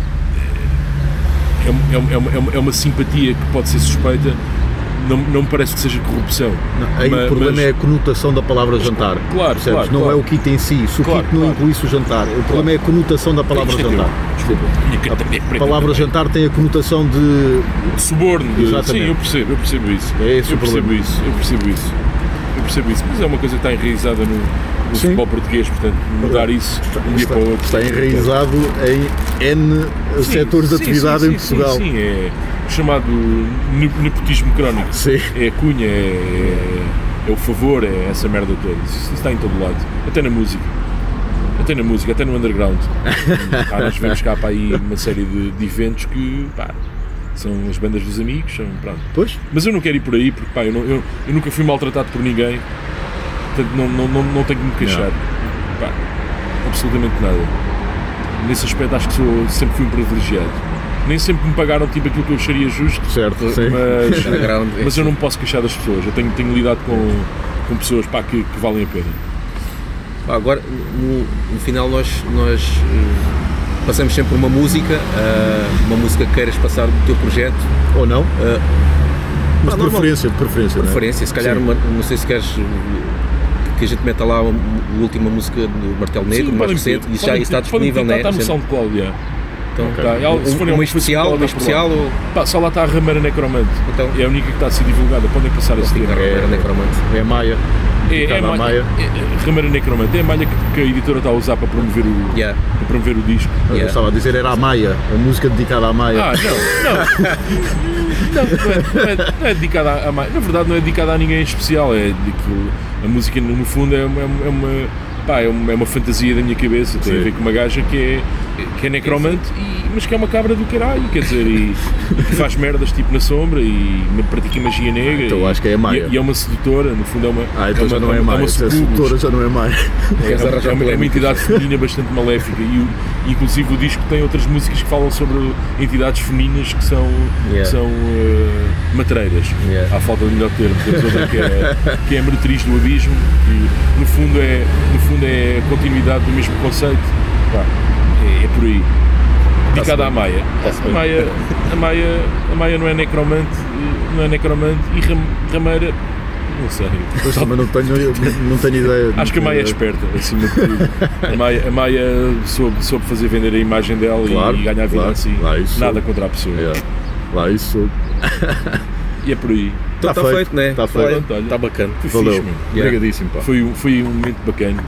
é, é, é, uma, é, uma, é uma simpatia que pode ser suspeita, não, não me parece que seja corrupção. Não, aí mas, o problema mas, é a conotação da palavra jantar. Claro, claro. Não claro. é o kit em si, se o claro, kit não claro. incluísse o jantar, o problema claro. é a conotação da palavra Isto jantar. É a palavra jantar tem a conotação de... de suborno. De... Exatamente. Sim, eu percebo, eu percebo isso. É esse eu o percebo problema. isso, eu percebo isso. Eu percebo isso, mas é uma coisa que está enraizada no, no futebol português, portanto, mudar isso está, um dia está, para o outro. Está enraizado em N sim, setores de sim, atividade sim, em Portugal. Sim, sim, é o chamado nepotismo crónico. Sim. É a cunha, é, é, é o favor, é essa merda toda. Isso, isso está em todo lado, até na música. Até na música, até no underground. Pá, nós vemos cá para aí uma série de, de eventos que, pá, são as bandas dos amigos, são, pronto. Pois? Mas eu não quero ir por aí, porque pá, eu, não, eu, eu nunca fui maltratado por ninguém, portanto não, não, não, não tenho que me queixar. Pá, absolutamente nada. Nesse aspecto acho que sou, sempre fui um privilegiado. Nem sempre me pagaram tipo aquilo que eu acharia justo, certo, sim. Mas, mas eu não me posso queixar das pessoas, eu tenho, tenho lidado com, com pessoas pá, que, que valem a pena. Agora, no, no final nós, nós uh, passamos sempre uma música, uh, uma música que queiras passar do teu projeto. Ou não? Uh, Mas de preferência, de preferência. Preferência, não é? Se calhar, uma, não sei se queres que a gente meta lá a, a última música do Martelo Negro, mais recente, e já está disponível, né? Está no SoundCloud, já. Então, okay. tá. um, se uma especial, uma especial ou... Pá, só lá está a Rameira Necromante, então, é a única que está a ser divulgada, podem passar esse tema. É, é, Necromante. É a Maia. É, é, a Maia. É, é, Rameira Necromante, é a malha que, que a editora está a usar para promover o, yeah. para promover o disco. Yeah. Eu estava a dizer, era a Maia, a música dedicada à Maia. Ah, não, não. Não, não é, não é, não é dedicada a, a mais. Na verdade, não é dedicada a ninguém em especial. É daquilo, a música, no fundo, é uma, é uma, pá, é uma, é uma fantasia da minha cabeça. Tem Sim. a ver com uma gaja que é, que é necromante, e, mas que é uma cabra do caralho, quer dizer, e, e que faz merdas tipo na sombra e pratica magia negra. Então e, acho que é a Maia. E, e é uma sedutora, no fundo, é uma. Ah, então é já uma, não é, é Maia. Se é sedutora, já não é Maia. É, é, uma, é, uma, é uma entidade feminina bastante maléfica. E, o, inclusive, o disco tem outras músicas que falam sobre entidades femininas que são, yeah. que são uh, matreiras. Yeah. À falta de melhor termo. Temos outra que é, que é a meretriz do abismo, que no fundo é, no fundo é a continuidade do mesmo conceito. Pá, é, é por aí. Dedicada à Maia. A Maia, a Maia. A Maia não é necromante, não é necromante e ram, rameira. Não sei. Pois também não tenho, não tenho ideia. Acho que a Maia é esperta, acima de tudo. A Maia, a Maia soube, soube fazer vender a imagem dela, claro, e, e ganhar vida claro, assim. Nada contra a pessoa. É. Lá isso. E é por aí. Está tá feito, feito, né? Está feito. Está bacana. Foi Valeu. Fixe, yeah. Obrigadíssimo, pá. Foi, foi um momento bacana.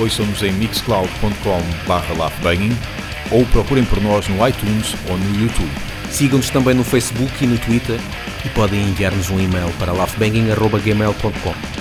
ouçam-nos em mixcloud ponto com barra laughbanging ou procurem por nós no iTunes ou no YouTube. Sigam-nos também no Facebook e no Twitter e podem enviar-nos um e-mail para laughbanging arroba gmail ponto com.